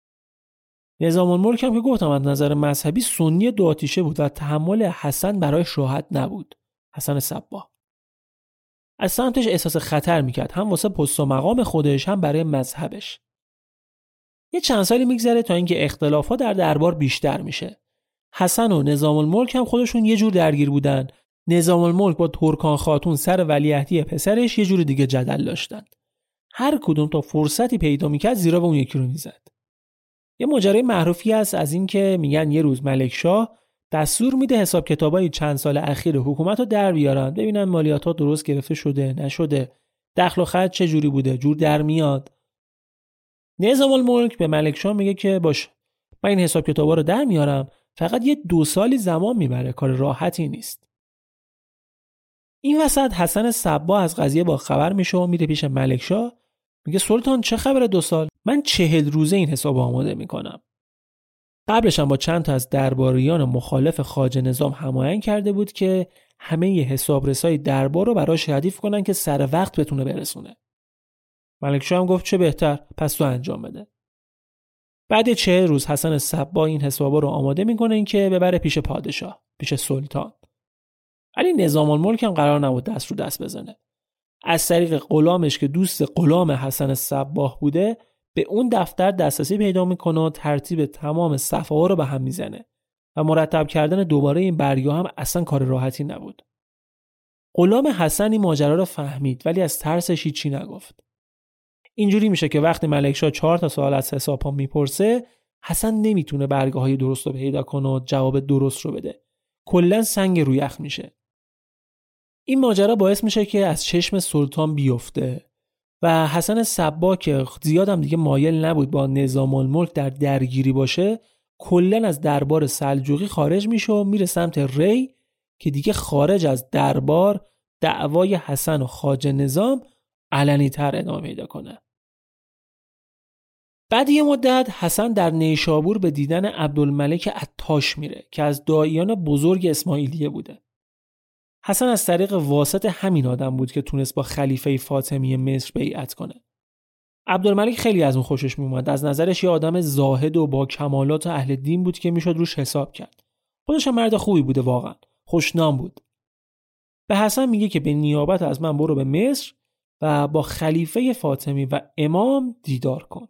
نظام الملک هم که گفتم از نظر مذهبی سنی دو آتیشه بود و تحمل حسن برایش راحت نبود. حسن صباح از سمتش احساس خطر میکرد، هم واسه پست و مقام خودش هم برای مذهبش. یه چند سالی میگذره تا اینکه اختلافات در دربار بیشتر میشه. حسن و نظام الملک هم خودشون یه جور درگیر بودن. نظام الملک با ترکان خاتون سر ولیعهدی پسرش یه جور دیگه جدل داشتن. هر کدوم تا فرصتی پیدا میکرد زیرا به اون یکی رو میزد. یه ماجرای معروفی هست از این که میگن یه روز ملکشاه دستور میده حساب کتابای چند سال اخیر حکومت رو در بیارن، ببینن مالیات‌ها درست گرفته شده نشده، دخل و خرج چه جوری بوده، جور در میاد. نظام الملک به ملکشاه میگه که باشه، من این حساب کتابا رو در میارم، فقط یه 2 سالی زمان میبره، کار راحتی نیست. این وسط حسن صباح از قضیه با خبر میشه و میره پیش ملکشاه، میگه سلطان چه خبره 2 سال؟ من 40 روزه این حساب آماده میکنم. قبلش هم با چند تا از درباریان مخالف خواجه نظام هماهنگ کرده بود که همه ی حسابرسای دربار رو براش ردیف کنن که سر وقت بتونه برسونه. ملکشاه هم گفت چه بهتر، پس تو انجام بده. بعد 40 روز حسن صباح این حسابا رو آماده میکنه این که ببره پیش پادشاه، پیش سلطان. ولی نظام الملک هم قرار نبود دست رو دست بزنه. از طریق غلامش که دوست غلام حسن صباح بوده به اون دفتر دسترسی پیدا میکنه و ترتیب تمام صفحه ها رو به هم میزنه و مرتب کردن دوباره این برگه هم اصلا کار راحتی نبود. غلام حسن این ماجرا رو فهمید ولی از ترسش هیچی نگفت. اینجوری میشه که وقتی ملکشاه 4 تا سوال از حسابها میپرسه، حسن نمیتونه برگه های درست رو پیدا کنه و جواب درست رو بده. کلا سنگ رو یخ میشه. این ماجرا باعث میشه که از چشم سلطان بیفته و حسن صباح که زیادم دیگه مایل نبود با نظام الملک در درگیری باشه، کلا از دربار سلجوقی خارج میشه و میره سمت ری که دیگه خارج از دربار دعوای حسن و خواجه نظام علنی تر ادامه پیدا کنه. بعد یه مدت حسن در نیشابور به دیدن عبدالملک عطاش میره که از داعیان بزرگ اسماعیلیه بوده. حسن از طریق واسط همین آدم بود که تونست با خلیفه فاطمی مصر بیعت کنه. عبدالملک خیلی از اون خوشش میومد. از نظرش یه آدم زاهد و با کمالات و اهل دین بود که میشد روش حساب کرد. خودش هم مرد خوبی بوده، واقعا خوشنام بود. به حسن میگه که به نیابت از من برو به مصر و با خلیفه فاطمی و امام دیدار کن.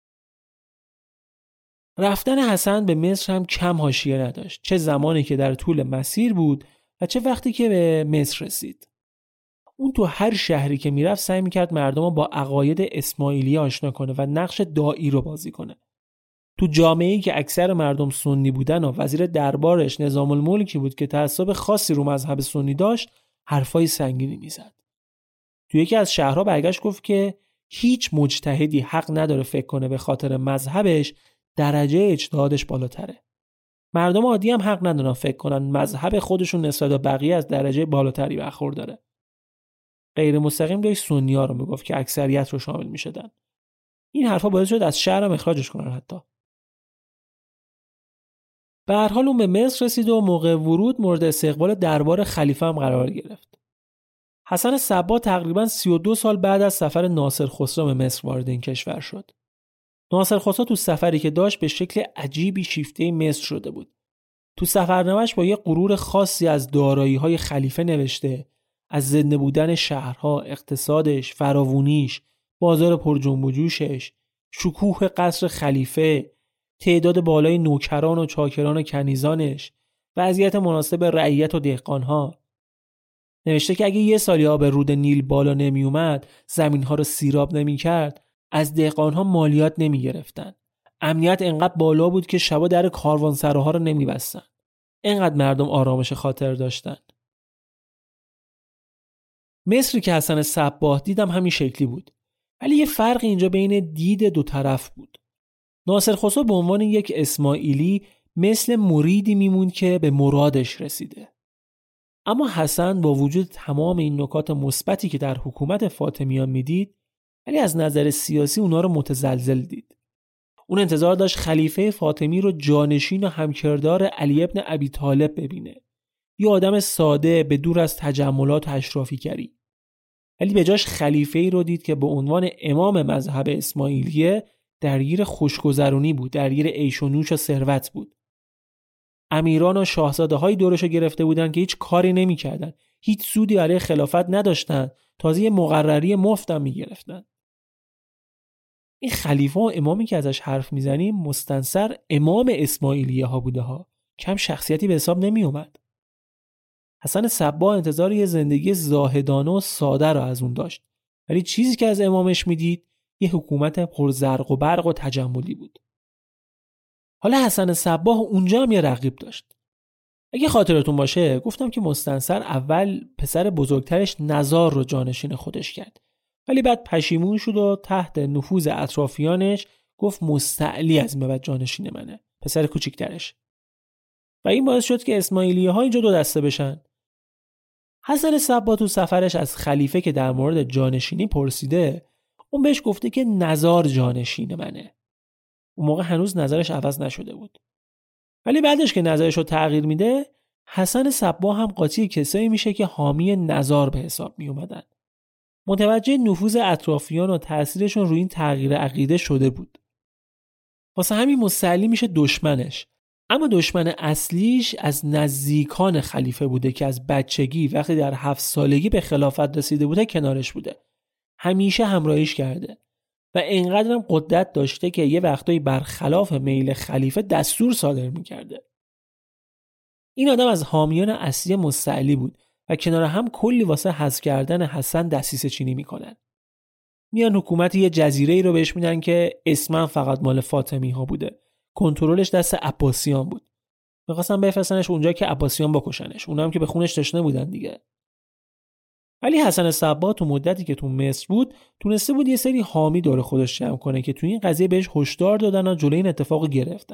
رفتن حسن به مصر هم کم حاشیه نداشت، چه زمانی که در طول مسیر بود و چه وقتی که به مصر رسید. اون تو هر شهری که میرفت سعی میکرد مردم رو با عقاید اسماعیلی آشنا کنه و نقش داعی رو بازی کنه. تو جامعه‌ای که اکثر مردم سنی بودن و وزیر دربارش نظام الملکی بود که تعصب خاصی رو مذهب سنی داشت، حرفای سنگینی میزد. تو یکی از شهرها برگشت گفت که هیچ مجتهدی حق نداره فکر کنه به خاطر مذهبش درجه اجتهادش بالاتره. مردم عادی هم حق ندارن فکر کنن مذهب خودشون نسبت به بقیه از درجه بالاتری برخورداره. غیر مستقیم داشت سنی‌ها رو میگفت که اکثریت رو شامل میشدن. این حرفا باعث شد از شهر هم اخراجش کنن حتی. به هر حال اون به مصر رسید و موقع ورود مورد استقبال دربار خلیفه هم قرار گرفت. حسن صباح تقریباً 32 سال بعد از سفر ناصر خسرو به مصر وارد این کشور شد. ناصر خسرو تو سفری که داشت به شکل عجیبی شیفته مصر شده بود. تو سفرنامه‌اش با یه غرور خاصی از دارایی‌های خلیفه نوشته، از زنده بودن شهرها، اقتصادش، فراوونیش، بازار پر جنب و جوشش، شکوه قصر خلیفه، تعداد بالای نوکران و چاکران و کنیزانش، وضعیت مناسب رعیت و دهقان‌ها. نوشته که اگه یه سالی آب رود نیل بالا نمی اومد، زمین‌ها رو سیراب نمی‌کرد، از دهقان‌ها مالیات نمی‌گرفتن. امنیت انقدر بالا بود که شبا در کاروانسراها رو نمی‌بستن. انقدر مردم آرامش خاطر داشتن. مصری که حسن صباح دیدم همین شکلی بود. ولی یه فرق اینجا بین دید دو طرف بود. ناصر خسرو به عنوان یک اسماعیلی مثل مریدی میموند که به مرادش رسیده. اما حسن با وجود تمام این نکات مثبتی که در حکومت فاطمیان میدید، ولی از نظر سیاسی اونا رو متزلزل دید. اون انتظار داشت خلیفه فاطمی رو جانشین و همکردار علی ابن ابی طالب ببینه. یه آدم ساده به دور از تجملات و اشرافیگری. ولی به جاش خلیفه‌ای رو دید که به عنوان امام مذهب اسماعیلیه درگیر خوشگذرونی بود، درگیر عیش و نوش و ثروت بود. امیران و شاهزاده‌های دورشو گرفته بودن که هیچ کاری نمی‌کردن، هیچ سودی علیه خلافت نداشتن، تازه مقرری مفت هم می‌گرفتن. این خلیفه و امامی که ازش حرف میزنیم مستنصر امام اسماعیلیه ها بوده ها، کم شخصیتی به حساب نمی اومد. حسن صباح انتظار یه زندگی زاهدانه و ساده رو از اون داشت، ولی چیزی که از امامش میدید یه حکومت پرزرق و برق و تجملی بود. حالا حسن صباح اونجا هم یه رقیب داشت. اگه خاطرتون باشه گفتم که مستنصر اول پسر بزرگترش نزار رو جانشین خودش کرد، ولی بعد پشیمون شد و تحت نفوذ اطرافیانش گفت مستعلی از این به بعد جانشین منه، پسر کوچیکترش. و این باعث شد که اسماعیلیه ها اینجا دو دسته بشن. حسن صباح تو سفرش از خلیفه که در مورد جانشینی پرسیده، اون بهش گفته که نزار جانشین منه. اون موقع هنوز نظرش عوض نشده بود. ولی بعدش که نظرش رو تغییر میده، حسن صباح هم قاطی کسایی میشه که حامی نزار به حساب می اومدن. متوجه نفوذ اطرافیان و تأثیرشون روی این تغییر عقیده شده بود. واسه همین مستعلی میشه دشمنش. اما دشمن اصلیش از نزدیکان خلیفه بوده که از بچگی وقتی در 7 سالگی به خلافت رسیده بوده کنارش بوده. همیشه همراهیش کرده و اینقدر هم قدرت داشته که یه وقتایی برخلاف میل خلیفه دستور صادر میکرده. این آدم از حامیان اصلی مستعلی بود و کنار هم کلی واسه حذف کردن حسن دسیسه چینی میکنن. میان حکومت یه جزیره‌ای رو بهش میدن که اسمن فقط مال فاطمی ها بوده. کنترلش دست عباسیان بود. می‌خواستن بفرستنش اونجا که عباسیان بکشنش. اونا هم که به خونش تشنه بودن دیگه. ولی حسن صباح تو مدتی که تو مصر بود تونسته بود یه سری حامی دور خودش جمع کنه که تو این قضیه بهش هشدار دادن و جلوی این اتفاق گرفتن.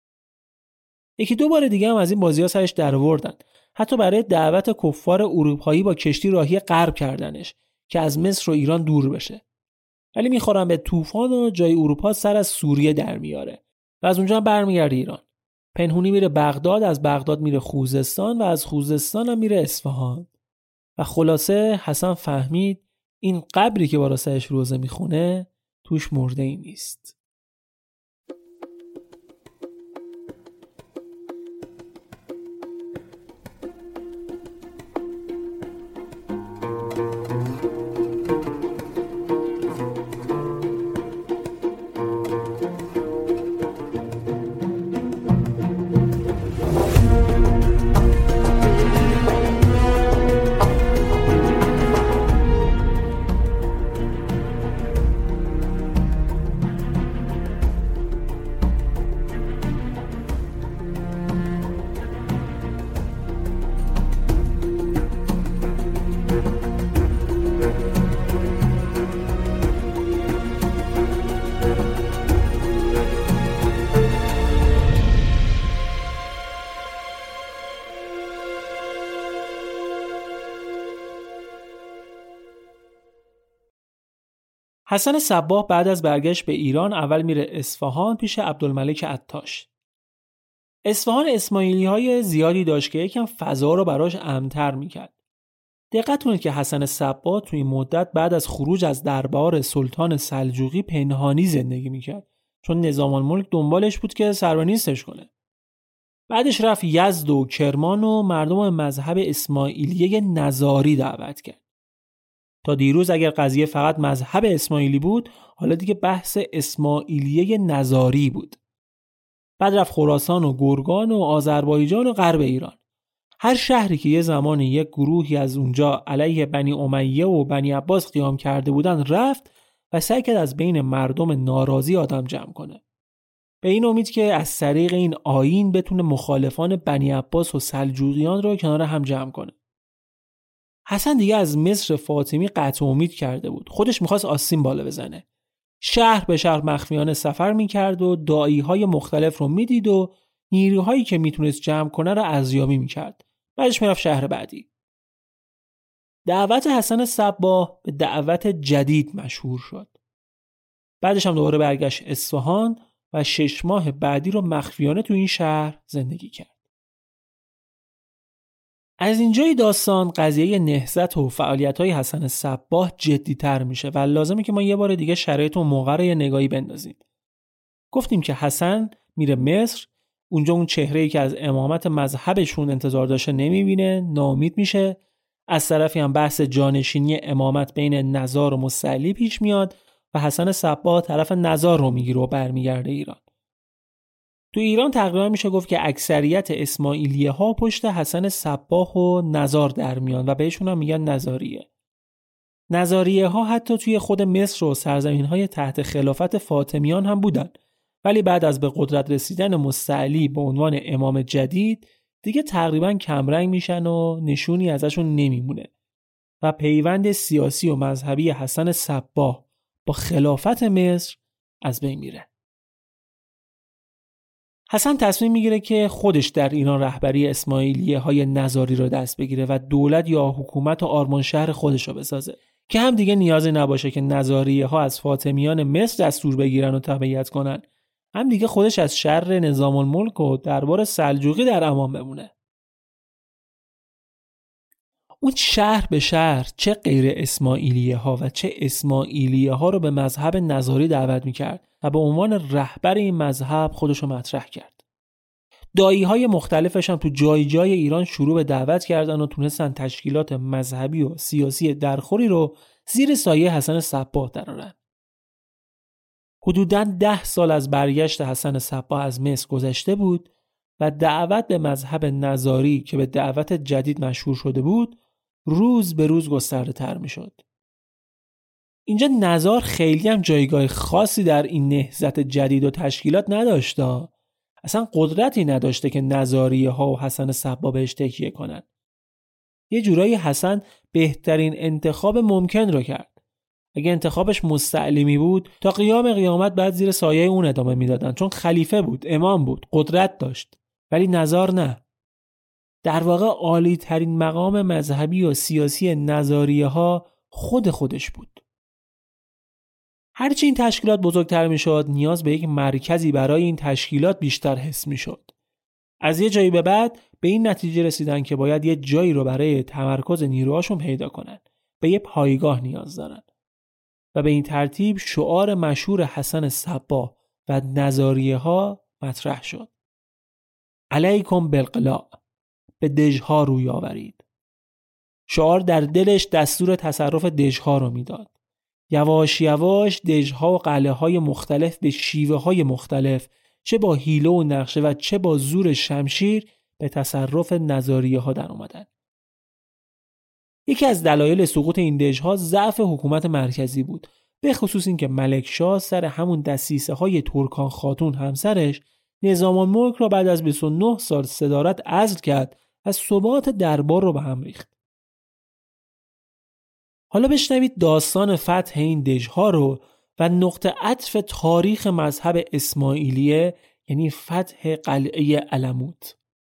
یکی دو بار دیگه هم از این بازی‌ها سرش درآوردن. حتی برای دعوت کفار اروپایی با کشتی راهی غرب کردنش که از مصر و ایران دور بشه. ولی میخورن به طوفان و جای اروپا سر از سوریه در میاره و از اونجا هم برمیگرده ایران. پنهونی میره بغداد، از بغداد میره خوزستان و از خوزستان هم میره اصفهان. و خلاصه حسن فهمید این قبری که با سرش روزه میخونه توش مرده ای نیست. حسن صباح بعد از برگشت به ایران اول میره اصفهان پیش عبدالملک عطاش. اصفهان اسماعیلی‌های زیادی داشت که یکم فضا رو براش امن‌تر میکرد. دقت کنید که حسن صباح توی مدت بعد از خروج از دربار سلطان سلجوقی پنهانی زندگی میکرد، چون نظام الملک دنبالش بود که سربنیستش کنه. بعدش رفت یزد و کرمان و مردم مذهب اسماعیلیه نزاری دعوت کرد. تا دیروز اگر قضیه فقط مذهب اسماعیلی بود، حالا دیگه بحث اسماعیلیه نزاری بود. بعد رفت خراسان و گرگان و آذربایجان و غرب ایران. هر شهری که یه زمانی یک گروهی از اونجا علیه بنی امیه و بنی عباس قیام کرده بودن رفت و سعی کرد از بین مردم ناراضی آدم جمع کنه. به این امید که از طریق این آیین بتونه مخالفان بنی عباس و سلجوقیان رو کنار هم جمع کنه. حسن دیگه از مصر فاطمی قطع امید کرده بود. خودش میخواست آستین بالا بزنه. شهر به شهر مخفیانه سفر میکرد و داعیهای مختلف رو میدید و نیروهایی که میتونست جمع کنه رو ارزیابی میکرد. بعدش میرفت شهر بعدی. دعوت حسن صباح به دعوت جدید مشهور شد. بعدش هم دوباره برگشت اصفهان و 6 ماه بعدی رو مخفیانه تو این شهر زندگی کرد. از اینجای داستان قضیه نهضت و فعالیت‌های حسن صباح جدی‌تر میشه و لازمه که ما یه بار دیگه شرایط و موقع رو یه نگاهی بندازیم. گفتیم که حسن میره مصر، اونجا اون چهره‌ای که از امامت مذهبشون انتظار داشته نمیبینه، ناامید میشه. از طرفی هم بحث جانشینی امامت بین نزار و مستعلی پیش میاد و حسن صباح طرف نزار رو میگیره و برمیگرده ایران. تو ایران تقریبا میشه گفت که اکثریت اسماعیلیه ها پشت حسن صباح و نزار در میان و بهشون هم میگن نزاریه. نزاریه ها حتی توی خود مصر و سرزمین های تحت خلافت فاطمیان هم بودن، ولی بعد از به قدرت رسیدن مستعلی به عنوان امام جدید دیگه تقریبا کمرنگ میشن و نشونی ازشون نمیمونه و پیوند سیاسی و مذهبی حسن صباح با خلافت مصر از بین میره. حسن تصمیم میگیره که خودش در ایران رهبری اسماعیلیه های نزاری رو دست بگیره و دولت یا حکومت و آرمان شهر خودش رو بسازه که هم دیگه نیازی نباشه که نزاریه ها از فاطمیان مصر دستور بگیرن و تبعیت کنن، هم دیگه خودش از شر نظام الملک و دربار سلجوقی در امان بمونه. اون شهر به شهر چه غیر اسماعیلیه ها و چه اسماعیلیه ها رو به مذهب نزاری دعوت میکرد و به عنوان رهبر این مذهب خودش رو مطرح کرد. داعی های مختلفش هم تو جای جای ایران شروع به دعوت کردن و تونستن تشکیلات مذهبی و سیاسی درخوری رو زیر سایه حسن صباح درآورن. حدوداً 10 سال از برگشت حسن صباح از مصر گذشته بود و دعوت به مذهب نزاری که به دعوت جدید مشهور شده بود روز به روز گسترده تر می شد. اینجا نزار خیلی هم جایگاه خاصی در این نهضت جدید و تشکیلات نداشته. اصلا قدرتی نداشته که نزاریه ها و حسن صباح بهش تکیه کنن. یه جورایی حسن بهترین انتخاب ممکن رو کرد. اگه انتخابش مستعلیمی بود تا قیام قیامت بعد زیر سایه اون ادامه میدادن، چون خلیفه بود، امام بود، قدرت داشت. ولی نزار نه. در واقع عالی ترین مقام مذهبی و سیاسی نزاریه ها خودش بود. هرچی این تشکیلات بزرگتر می شد نیاز به یک مرکزی برای این تشکیلات بیشتر حس می شد. از یه جایی به بعد به این نتیجه رسیدن که باید یه جایی رو برای تمرکز نیروهاشون پیدا کنن. به یه پایگاه نیاز دارن. و به این ترتیب شعار مشهور حسن صباح و نزاریه ها مطرح شد. علیکم بالقلاع، به دژها روی آورید. شعار در دلش دستور تصرف دژها رو میداد. یواش یواش دژها و قلعه های مختلف به شیوه های مختلف، چه با حیله و نقشه و چه با زور شمشیر، به تصرف نزاریه ها در اومدن. یکی از دلایل سقوط این دژها ضعف حکومت مرکزی بود، به خصوص این که ملکشاه سر همون دسیسه های ترکان خاتون همسرش نظام الملک را بعد از 29 سال صدارت عزل کرد و ثبات دربار رو به هم ریخت. حالا بشنوید داستان فتح این دژها رو و نقطه عطف تاریخ مذهب اسماعیلیه، یعنی فتح قلعه علموت.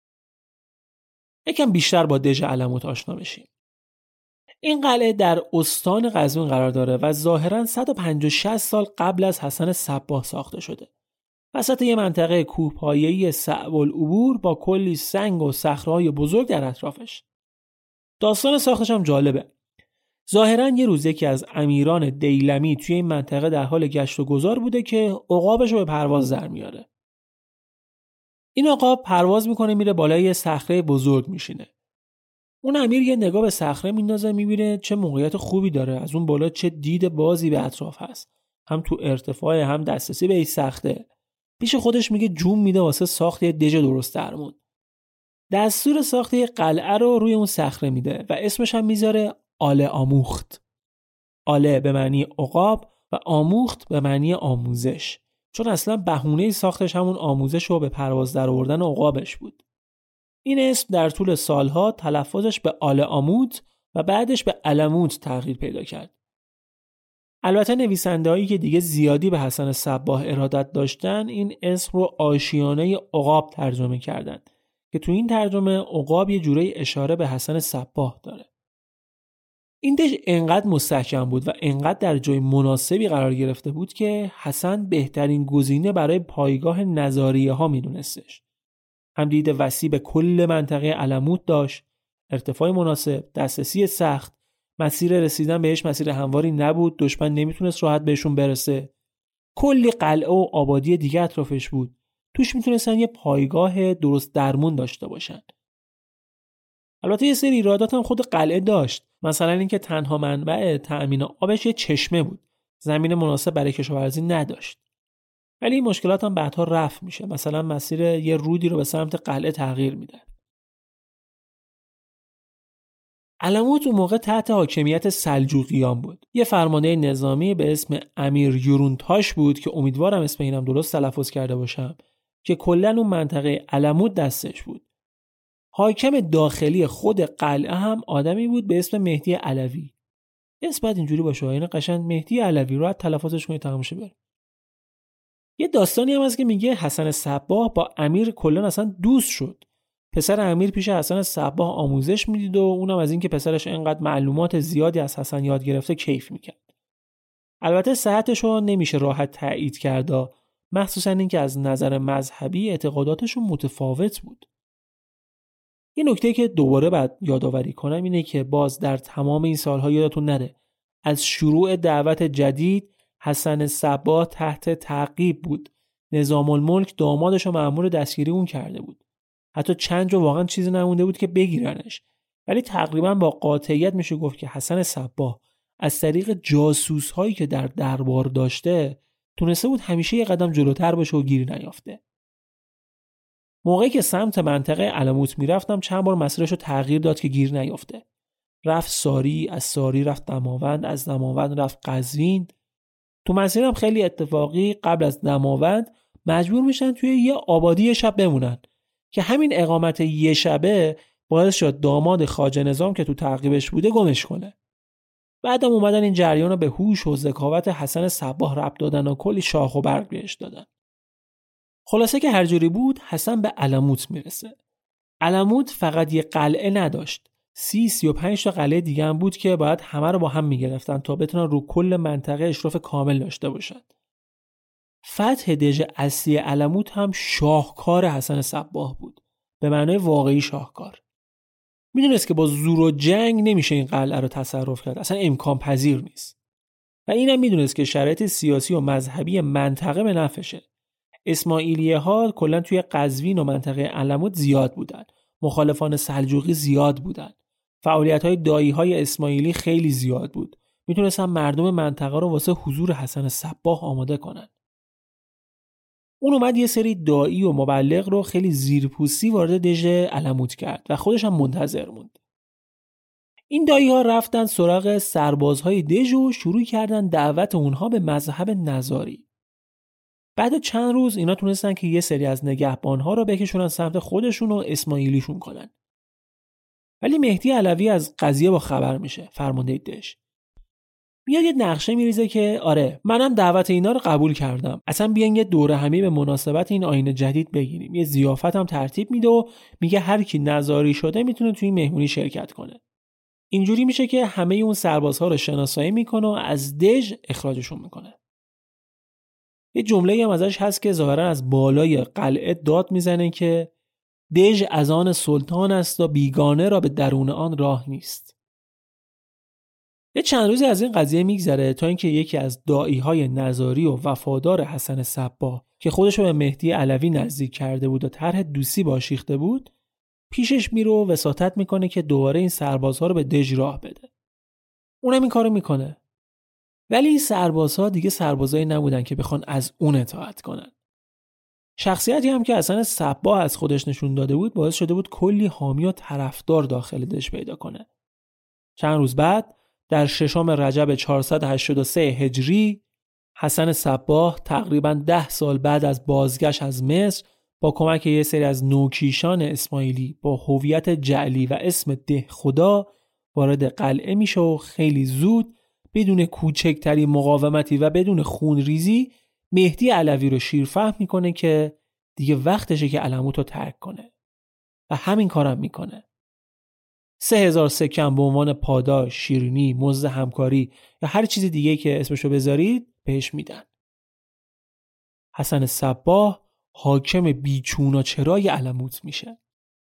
یکم بیشتر با دژ علموت آشنا بشیم. این قلعه در استان قزوین قرار داره و ظاهراً 150 سال قبل از حسن صباح ساخته شده. وسط یه منطقه کوهپایه‌ای صعب العبور با کلی سنگ و صخره‌های بزرگ در اطرافش. داستان ساختش هم جالبه. ظاهراً یه روز یکی از امیران دیلمی توی این منطقه در حال گشت و گذار بوده که عقابش رو به پرواز در میاره. این عقاب پرواز میکنه میره بالای یه صخره بزرگ میشینه. اون امیر یه نگاه به صخره میندازه، میبینه چه موقعیت خوبی داره، از اون بالا چه دید بازی به اطراف هست، هم تو ارتفاع هم دسترسی به این سخته. پیش خودش میگه جون میده واسه ساخت یه دژ درست درمون. دستور ساخت یه قلعه رو روی اون صخره میده و اسمش هم میذاره آله آموخت. آله به معنی عقاب و آموخت به معنی آموزش، چون اصلا بهونه ساختش همون آموزش رو به پرواز در آوردن عقابش بود. این اسم در طول سالها تلفظش به آل آموت و بعدش به علموت تغییر پیدا کرد. البته نویسنده‌هایی که دیگه زیادی به حسن صباح ارادت داشتن این اسم رو آشیانه عقاب ترجمه کردن که تو این ترجمه عقاب یه جوری اشاره به حسن صباح داره. این دژ انقدر مستحکم بود و انقدر در جای مناسبی قرار گرفته بود که حسن بهترین گزینه برای پایگاه نظاریه ها میدونستش. هم دید وسیع به کل منطقه علموت داشت، ارتفاع مناسب، دسترسی سخت، مسیر رسیدن بهش مسیر همواری نبود، دشمن نمیتونست راحت بهشون برسه. کلی قلعه و آبادی دیگه اطرافش بود. توش میتونستن یه پایگاه درست درمون داشته باشن. البته یه سری ایرادات هم خود قلعه داشت. مثلا اینکه تنها منبع تأمین آبش یه چشمه بود. زمین مناسب برای کشاورزی نداشت. ولی این مشکلات هم بعدها رفع میشه. مثلا مسیر یه رودی رو به سمت قلعه تغییر میدن. علموت اون موقع تحت حاکمیت سلجوقیان بود. یه فرمانده نظامی به اسم امیر یورونتاش بود که امیدوارم اسم اینم درست تلفظ کرده باشم که کلاً اون منطقه علموت دستش بود. حاکم داخلی خود قلعه هم آدمی بود به اسم مهدی علوی. اسم باید اینجوری باشه، این قشنگ مهدی علوی رو تلفظش کنید تمام شه بره. یه داستانی هم هست که میگه حسن صباح با امیر کلاً اصلا دوست شد. پسر امیر پیش حسن صباح آموزش میدید و اونم از این که پسرش اینقدر معلومات زیادی از حسن یاد گرفته کیف میکرد. البته صحتش رو نمیشه راحت تایید کرد، مخصوصا این که از نظر مذهبی اعتقاداتشون متفاوت بود. یه نکته که دوباره باید یادآوری کنم اینه که باز در تمام این سالها یادتون نره از شروع دعوت جدید حسن صباح تحت تعقیب بود. نظام الملک دامادش رو مأمور دستگیری اون کرده بود. حتی چند جا واقعا چیزی نمونده بود که بگیرنش. ولی تقریبا با قاطعیت میشه گفت که حسن صباح از طریق جاسوس هایی که در دربار داشته تونسته بود همیشه یه قدم جلوتر باشه و گیر نیافته. موقعی که سمت منطقه علموت میرفتم چند بار مسیرش رو تغییر داد که گیر نیافته. رفت ساری، از ساری رفت دماوند، از دماوند رفت قزوین. تو مسیرم خیلی اتفاقی قبل از دماوند مجبور میشن توی یه آبادی شب بمونن که همین اقامت یه شبه باعث شد داماد خواجه نظام که تو تعقیبش بوده گمش کنه. بعدم اومدن این جریان رو به هوش و ذکاوت حسن صباح ربط دادن و کلی شاخ و برگ بهش دادن. خلاصه که هر جوری بود حسن به علموت میرسه. علموت فقط یه قلعه نداشت. 35 تا قلعه دیگه هم بود که باید همه رو با هم میگرفتن تا بتونن رو کل منطقه اشراف کامل داشته باشن. فتح دژ اصلی علموت هم شاهکار حسن صباح بود. به معنای واقعی شاهکار. میدونست که با زور و جنگ نمیشه این قلعه رو تصرف کرد. اصلا امکان پذیر نیست. و اینم میدونست که شرایط سیاسی و مذهبی منطقه به نفعشه. اسماعیلیه ها کلا توی قزوین و منطقه علموت زیاد بودن. مخالفان سلجوقی زیاد بودن. فعالیت‌های داعی‌های اسماعیلی خیلی زیاد بود. میتونستن مردم منطقه رو واسه حضور حسن صباح آماده کنن. اون اومد یه سری داعی و مبلغ رو خیلی زیرپوستی وارد دژ علموت کرد و خودش هم منتظر موند. این داعی‌ها رفتن سراغ سربازهای دژ و شروع کردن دعوت اونها به مذهب نزاری. بعد چند روز اینا تونستن که یه سری از نگهبانها رو بکشونن سمت خودشون و اسماعیلیشون کنن. ولی مهدی علوی از قضیه با خبر میشه، فرمانده دژ. میاد یه نقشه میریزه که آره منم دعوت اینا رو قبول کردم. اصلا بیاین یه دوره همی به مناسبت این آیین جدید بگیریم. یه ضیافت هم ترتیب میده و میگه هر کی نزاری شده میتونه توی این مهمونی شرکت کنه. اینجوری میشه که همه اون سربازها رو شناسایی میکنه و از دژ اخراجشون میکنه. یه جمله‌ای هم ازش هست که ظاهرا از بالای قلعه داد میزنه که دژ از آن سلطان است و بیگانه را به درون آن راه نیست. یه چند روزی از این قضیه میگذره تا اینکه یکی از داعی‌های نزاری و وفادار حسن صباح که خودش رو به مهدی علوی نزدیک کرده بود و طرح دوستی باشیخته بود پیشش میره و وساطت میکنه که دوباره این سربازها رو به دژ راه بده. اونم این کارو میکنه. ولی این سربازها دیگه سربازایی نبودن که بخوان از اون اطاعت کنن. شخصیتی هم که حسن صباح از خودش نشون داده بود باعث شده بود کلی حامی و طرفدار داخل دژ پیدا کنه. چند روز بعد در 6 رجب 483 هجری حسن صباح تقریباً 10 سال بعد از بازگشت از مصر با کمک یه سری از نوکیشان اسماعیلی با هویت جعلی و اسم ده خدا وارد قلعه میشه و خیلی زود بدون کوچکترین مقاومتی و بدون خونریزی مهدی علوی رو شیرفهم میکنه که دیگه وقتشه که علموت رو ترک کنه و همین کارم میکنه. 3000 سکه هم به عنوان پاداش، شیرینی، مزد همکاری یا هر چیز دیگه که اسمشو بذارید بهش میدن. حسن صباح حاکم بیچون و چرای علموت میشه.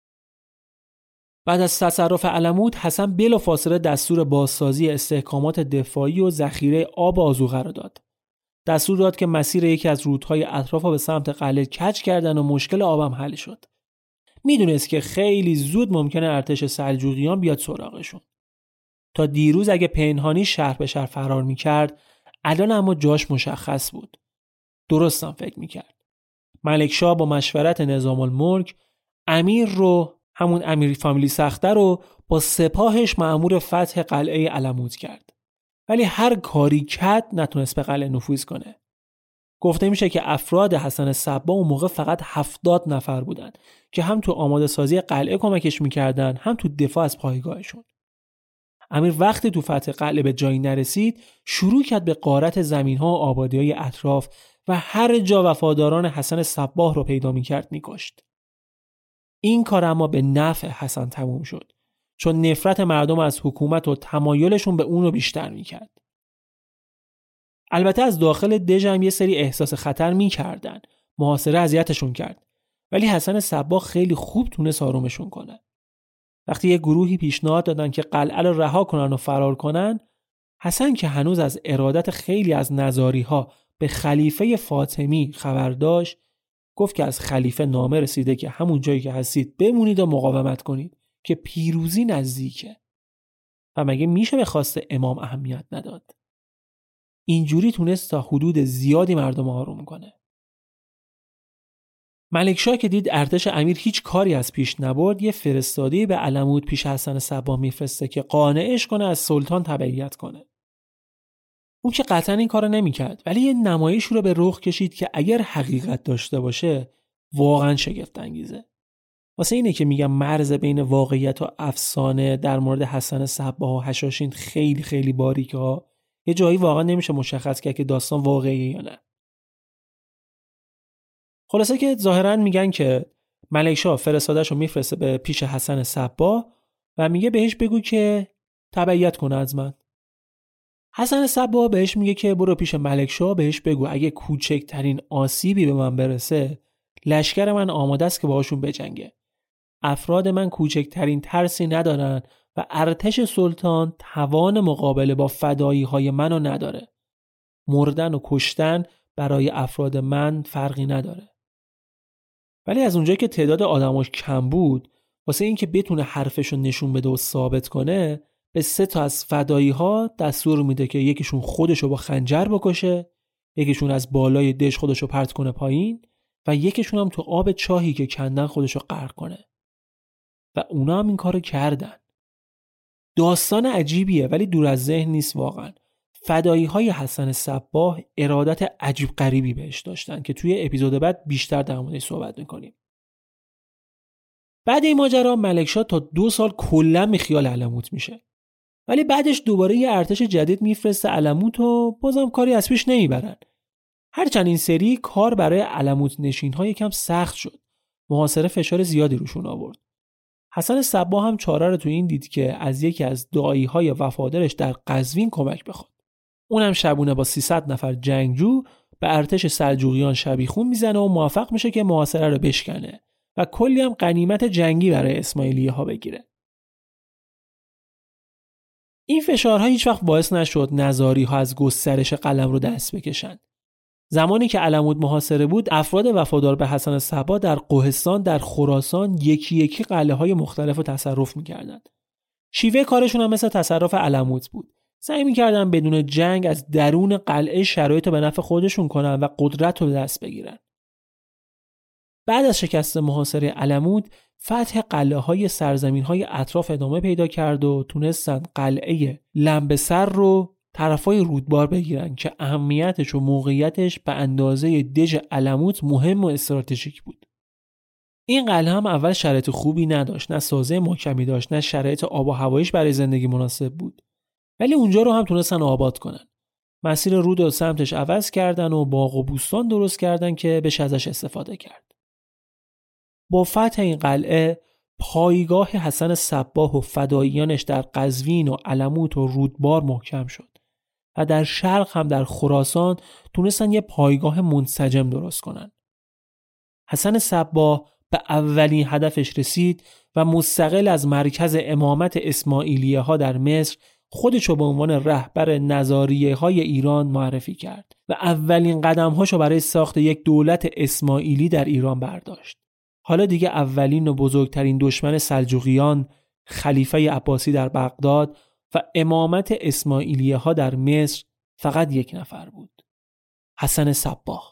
بعد از تصرف علموت، حسن بلافاصله دستور بازسازی استحکامات دفاعی و ذخیره آب آذوقه رو داد. دستور داد که مسیر یکی از رودهای اطراف رو به سمت قلعه کج کردن و مشکل آبم حل شد. میدونست که خیلی زود ممکنه ارتش سلجوقیان بیاد سراغشون. تا دیروز اگه پنهانی شهر به شهر فرار میکرد، الان اما جاش مشخص بود. درستم فکر میکرد. ملکشاه با مشورت نظام الملک امیر رو، همون امیر فامیلی سخته رو با سپاهش مأمور فتح قلعه علموت کرد. ولی هر کاری کرد نتونست به قلعه نفوذ کنه. گفته میشه که افراد حسن صباح اون موقع فقط 70 نفر بودن که هم تو آماده سازی قلعه کمکش میکردن، هم تو دفاع از پایگاهشون. امیر وقتی تو فتح قلعه به جایی نرسید، شروع کرد به غارت زمین‌ها و آبادی‌های اطراف و هر جا وفاداران حسن صباح رو پیدا میکرد میکشت. این کار اما به نفع حسن تموم شد، چون نفرت مردم از حکومت و تمایلشون به اون رو بیشتر میکرد. البته از داخل دژ هم یه سری احساس خطر میکردن، محاصره اذیتشون کرد، ولی حسن صباح خیلی خوب تونست آرومشون کنه. وقتی یه گروهی پیشنهاد دادن که قلعه رو رها کنن و فرار کنن، حسن که هنوز از ارادت خیلی از نزاری‌ها به خلیفه فاطمی خبر داشت، گفت که از خلیفه نامه رسیده که همون جایی که هستید بمونید و مقاومت کنید که پیروزی نزدیکه. و مگه میشه به خواست امام اهمیت نداد؟ اینجوری تونست تا حدود زیادی مردم آروم کنه. ملکشاه که دید ارتش امیر هیچ کاری از پیش نبرد، یه فرستاده‌ای به علموت پیش حسن صباح میفرسته که قانعش کنه از سلطان تبعیت کنه. اون که قطعا این کارو نمی‌کرد، ولی یه نمایش رو به رخ کشید که اگر حقیقت داشته باشه واقعا شگفت انگیزه. واسه اینه که میگم مرز بین واقعیت و افسانه در مورد حسن صباح و حشاشین خیلی خیلی باریکه ها. یه جایی واقعا نمیشه مشخص کرد که داستان واقعیه یا نه. خلاصه که ظاهرا میگن که ملکشاه فرستاده‌شو میفرسته به پیش حسن صباح و میگه بهش بگو که تبعیت کنه از من. حسن صباح بهش میگه که برو پیش ملکشاه، بهش بگو اگه کوچکترین آسیبی به من برسه، لشکر من آماده است که باهاشون بجنگه. افراد من کوچکترین ترسی ندارن و ارتش سلطان توان مقابله با فدایی‌های منو نداره. مردن و کشتن برای افراد من فرقی نداره. ولی از اونجایی که تعداد آدماش کم بود، واسه این که بتونه حرفشو نشون بده و ثابت کنه، به 3 تا از فدایی‌ها دستور میده که یکیشون خودشو با خنجر بکشه، یکیشون از بالای دژ خودشو پرت کنه پایین و یکیشون هم تو آب چاهی که کندن خودشو غرق کنه. و اونا هم این کارو کردن. داستان عجیبیه ولی دور از ذهن نیست واقعا. فدایی‌های حسن صباح ارادت عجیب غریبی بهش داشتن که توی اپیزود بعد بیشتر در موردش صحبت می‌کنیم. بعد این ماجرا ملکشاه تا 2 سال کلا بیخیال علموت میشه. ولی بعدش دوباره یه ارتش جدید میفرسته علموت و بازم کاری از پیش نمیبرن. هرچند این سری کار برای علموت نشین‌ها یکم سخت شد. محاصره فشار زیادی روشون آورد. حسن صباح هم چاره رو تو این دید که از یکی از داعی‌های وفادارش در قزوین کمک بخواد. اونم شبونه با 300 نفر جنگجو به ارتش سلجوقیان شبیخون میزنه و موفق میشه که محاصره رو بشکنه و کلی هم غنیمت جنگی برای اسماعیلیه ها بگیره. این فشارها هیچ وقت باعث نشد نزاری ها از گسترش قلمرو دست بکشن. زمانی که علموت محاصره بود، افراد وفادار به حسن صباح در قهستان، در خراسان یکی یکی قلعه های مختلف رو تصرف می‌کردند. شیوه کارشون هم مثل تصرف علموت بود. سعی می‌کردن بدون جنگ از درون قلعه شرایط رو به نفع خودشون کنن و قدرت رو دست بگیرن. بعد از شکست محاصره علموت، فتح قلعه‌های سرزمین‌های اطراف ادامه پیدا کرد و تونستن قلعه لنبسر رو طرفای رودبار بگیرن که اهمیتش و موقعیتش به اندازه دژ علموت مهم و استراتژیک بود. این قلعه هم اول شرایط خوبی نداشت، نه سازه محکمی داشت، نه شرایط آب و هوایش برای زندگی مناسب بود. ولی اونجا رو هم تونستن آباد کنن. مسیر رود و سمتش عوض کردن و باغ و بوستان درست کردن که بشه ازش استفاده کرد. با فتح این قلعه پایگاه حسن صباح و فداییانش در قزوین و علموت و رودبار محکم شد و در شرق هم در خراسان تونستن یه پایگاه منسجم درست کنن. حسن صباح به اولین هدفش رسید و مستقل از مرکز امامت اسماعیلیه ها در مصر خودشو به عنوان رهبر نظاریه های ایران معرفی کرد و اولین قدمهاشو برای ساخت یک دولت اسماعیلی در ایران برداشت. حالا دیگه اولین و بزرگترین دشمن سلجوقیان، خلیفه عباسی در بغداد و امامت اسماعیلیه ها در مصر فقط یک نفر بود: حسن صباح.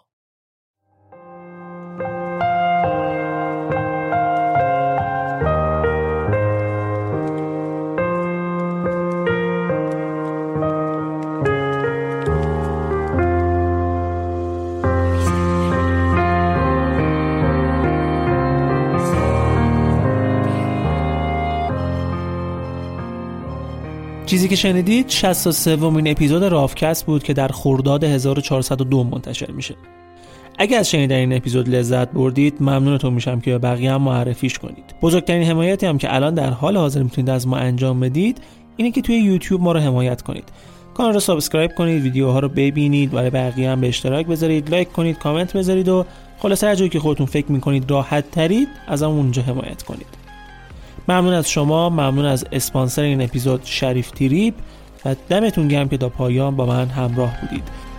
چیزی که شنیدید 63مین اپیزود رافکست بود که در خرداد 1402 منتشر میشه. اگه از شنیدن این اپیزود لذت بردید ممنونتون میشم که به بقیه هم معرفیش کنید. بزرگترین حمایتی هم که الان در حال حاضر میتونید از ما انجام بدید اینه که توی یوتیوب ما رو حمایت کنید. کانال رو سابسکرایب کنید، ویدیوها رو ببینید، برای بقیه هم به اشتراک بذارید، لایک کنید، کامنت بذارید و خلاصه هر جایی که خودتون فکر میکنید راحت ترید از اونجا حمایت کنید. ممنون از شما، ممنون از اسپانسر این اپیزود شریف تریپ و دمتون گرم که تا پایان با من همراه بودید.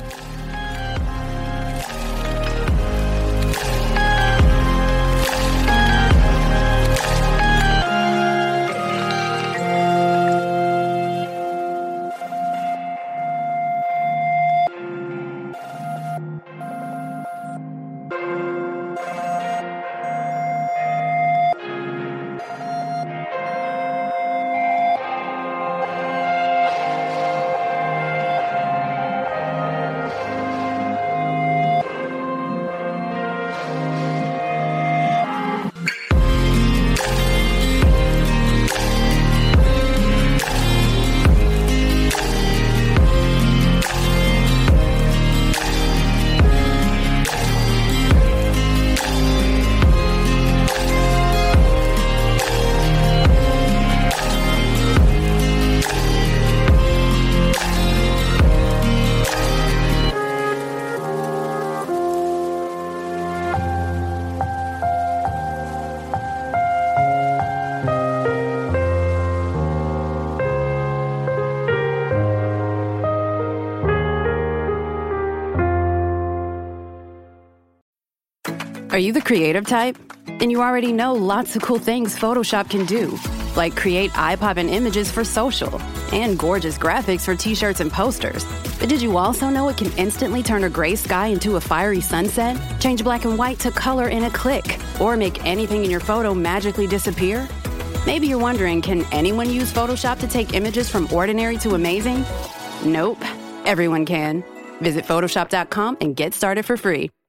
Are you the creative type? Then you already know lots of cool things Photoshop can do, like create eye-popping images for social and gorgeous graphics for t-shirts and posters. But did you also know it can instantly turn a gray sky into a fiery sunset, change black and white to color in a click, or make anything in your photo magically disappear? Maybe you're wondering, can anyone use Photoshop to take images from ordinary to amazing? Nope, everyone can. Visit Photoshop.com and get started for free.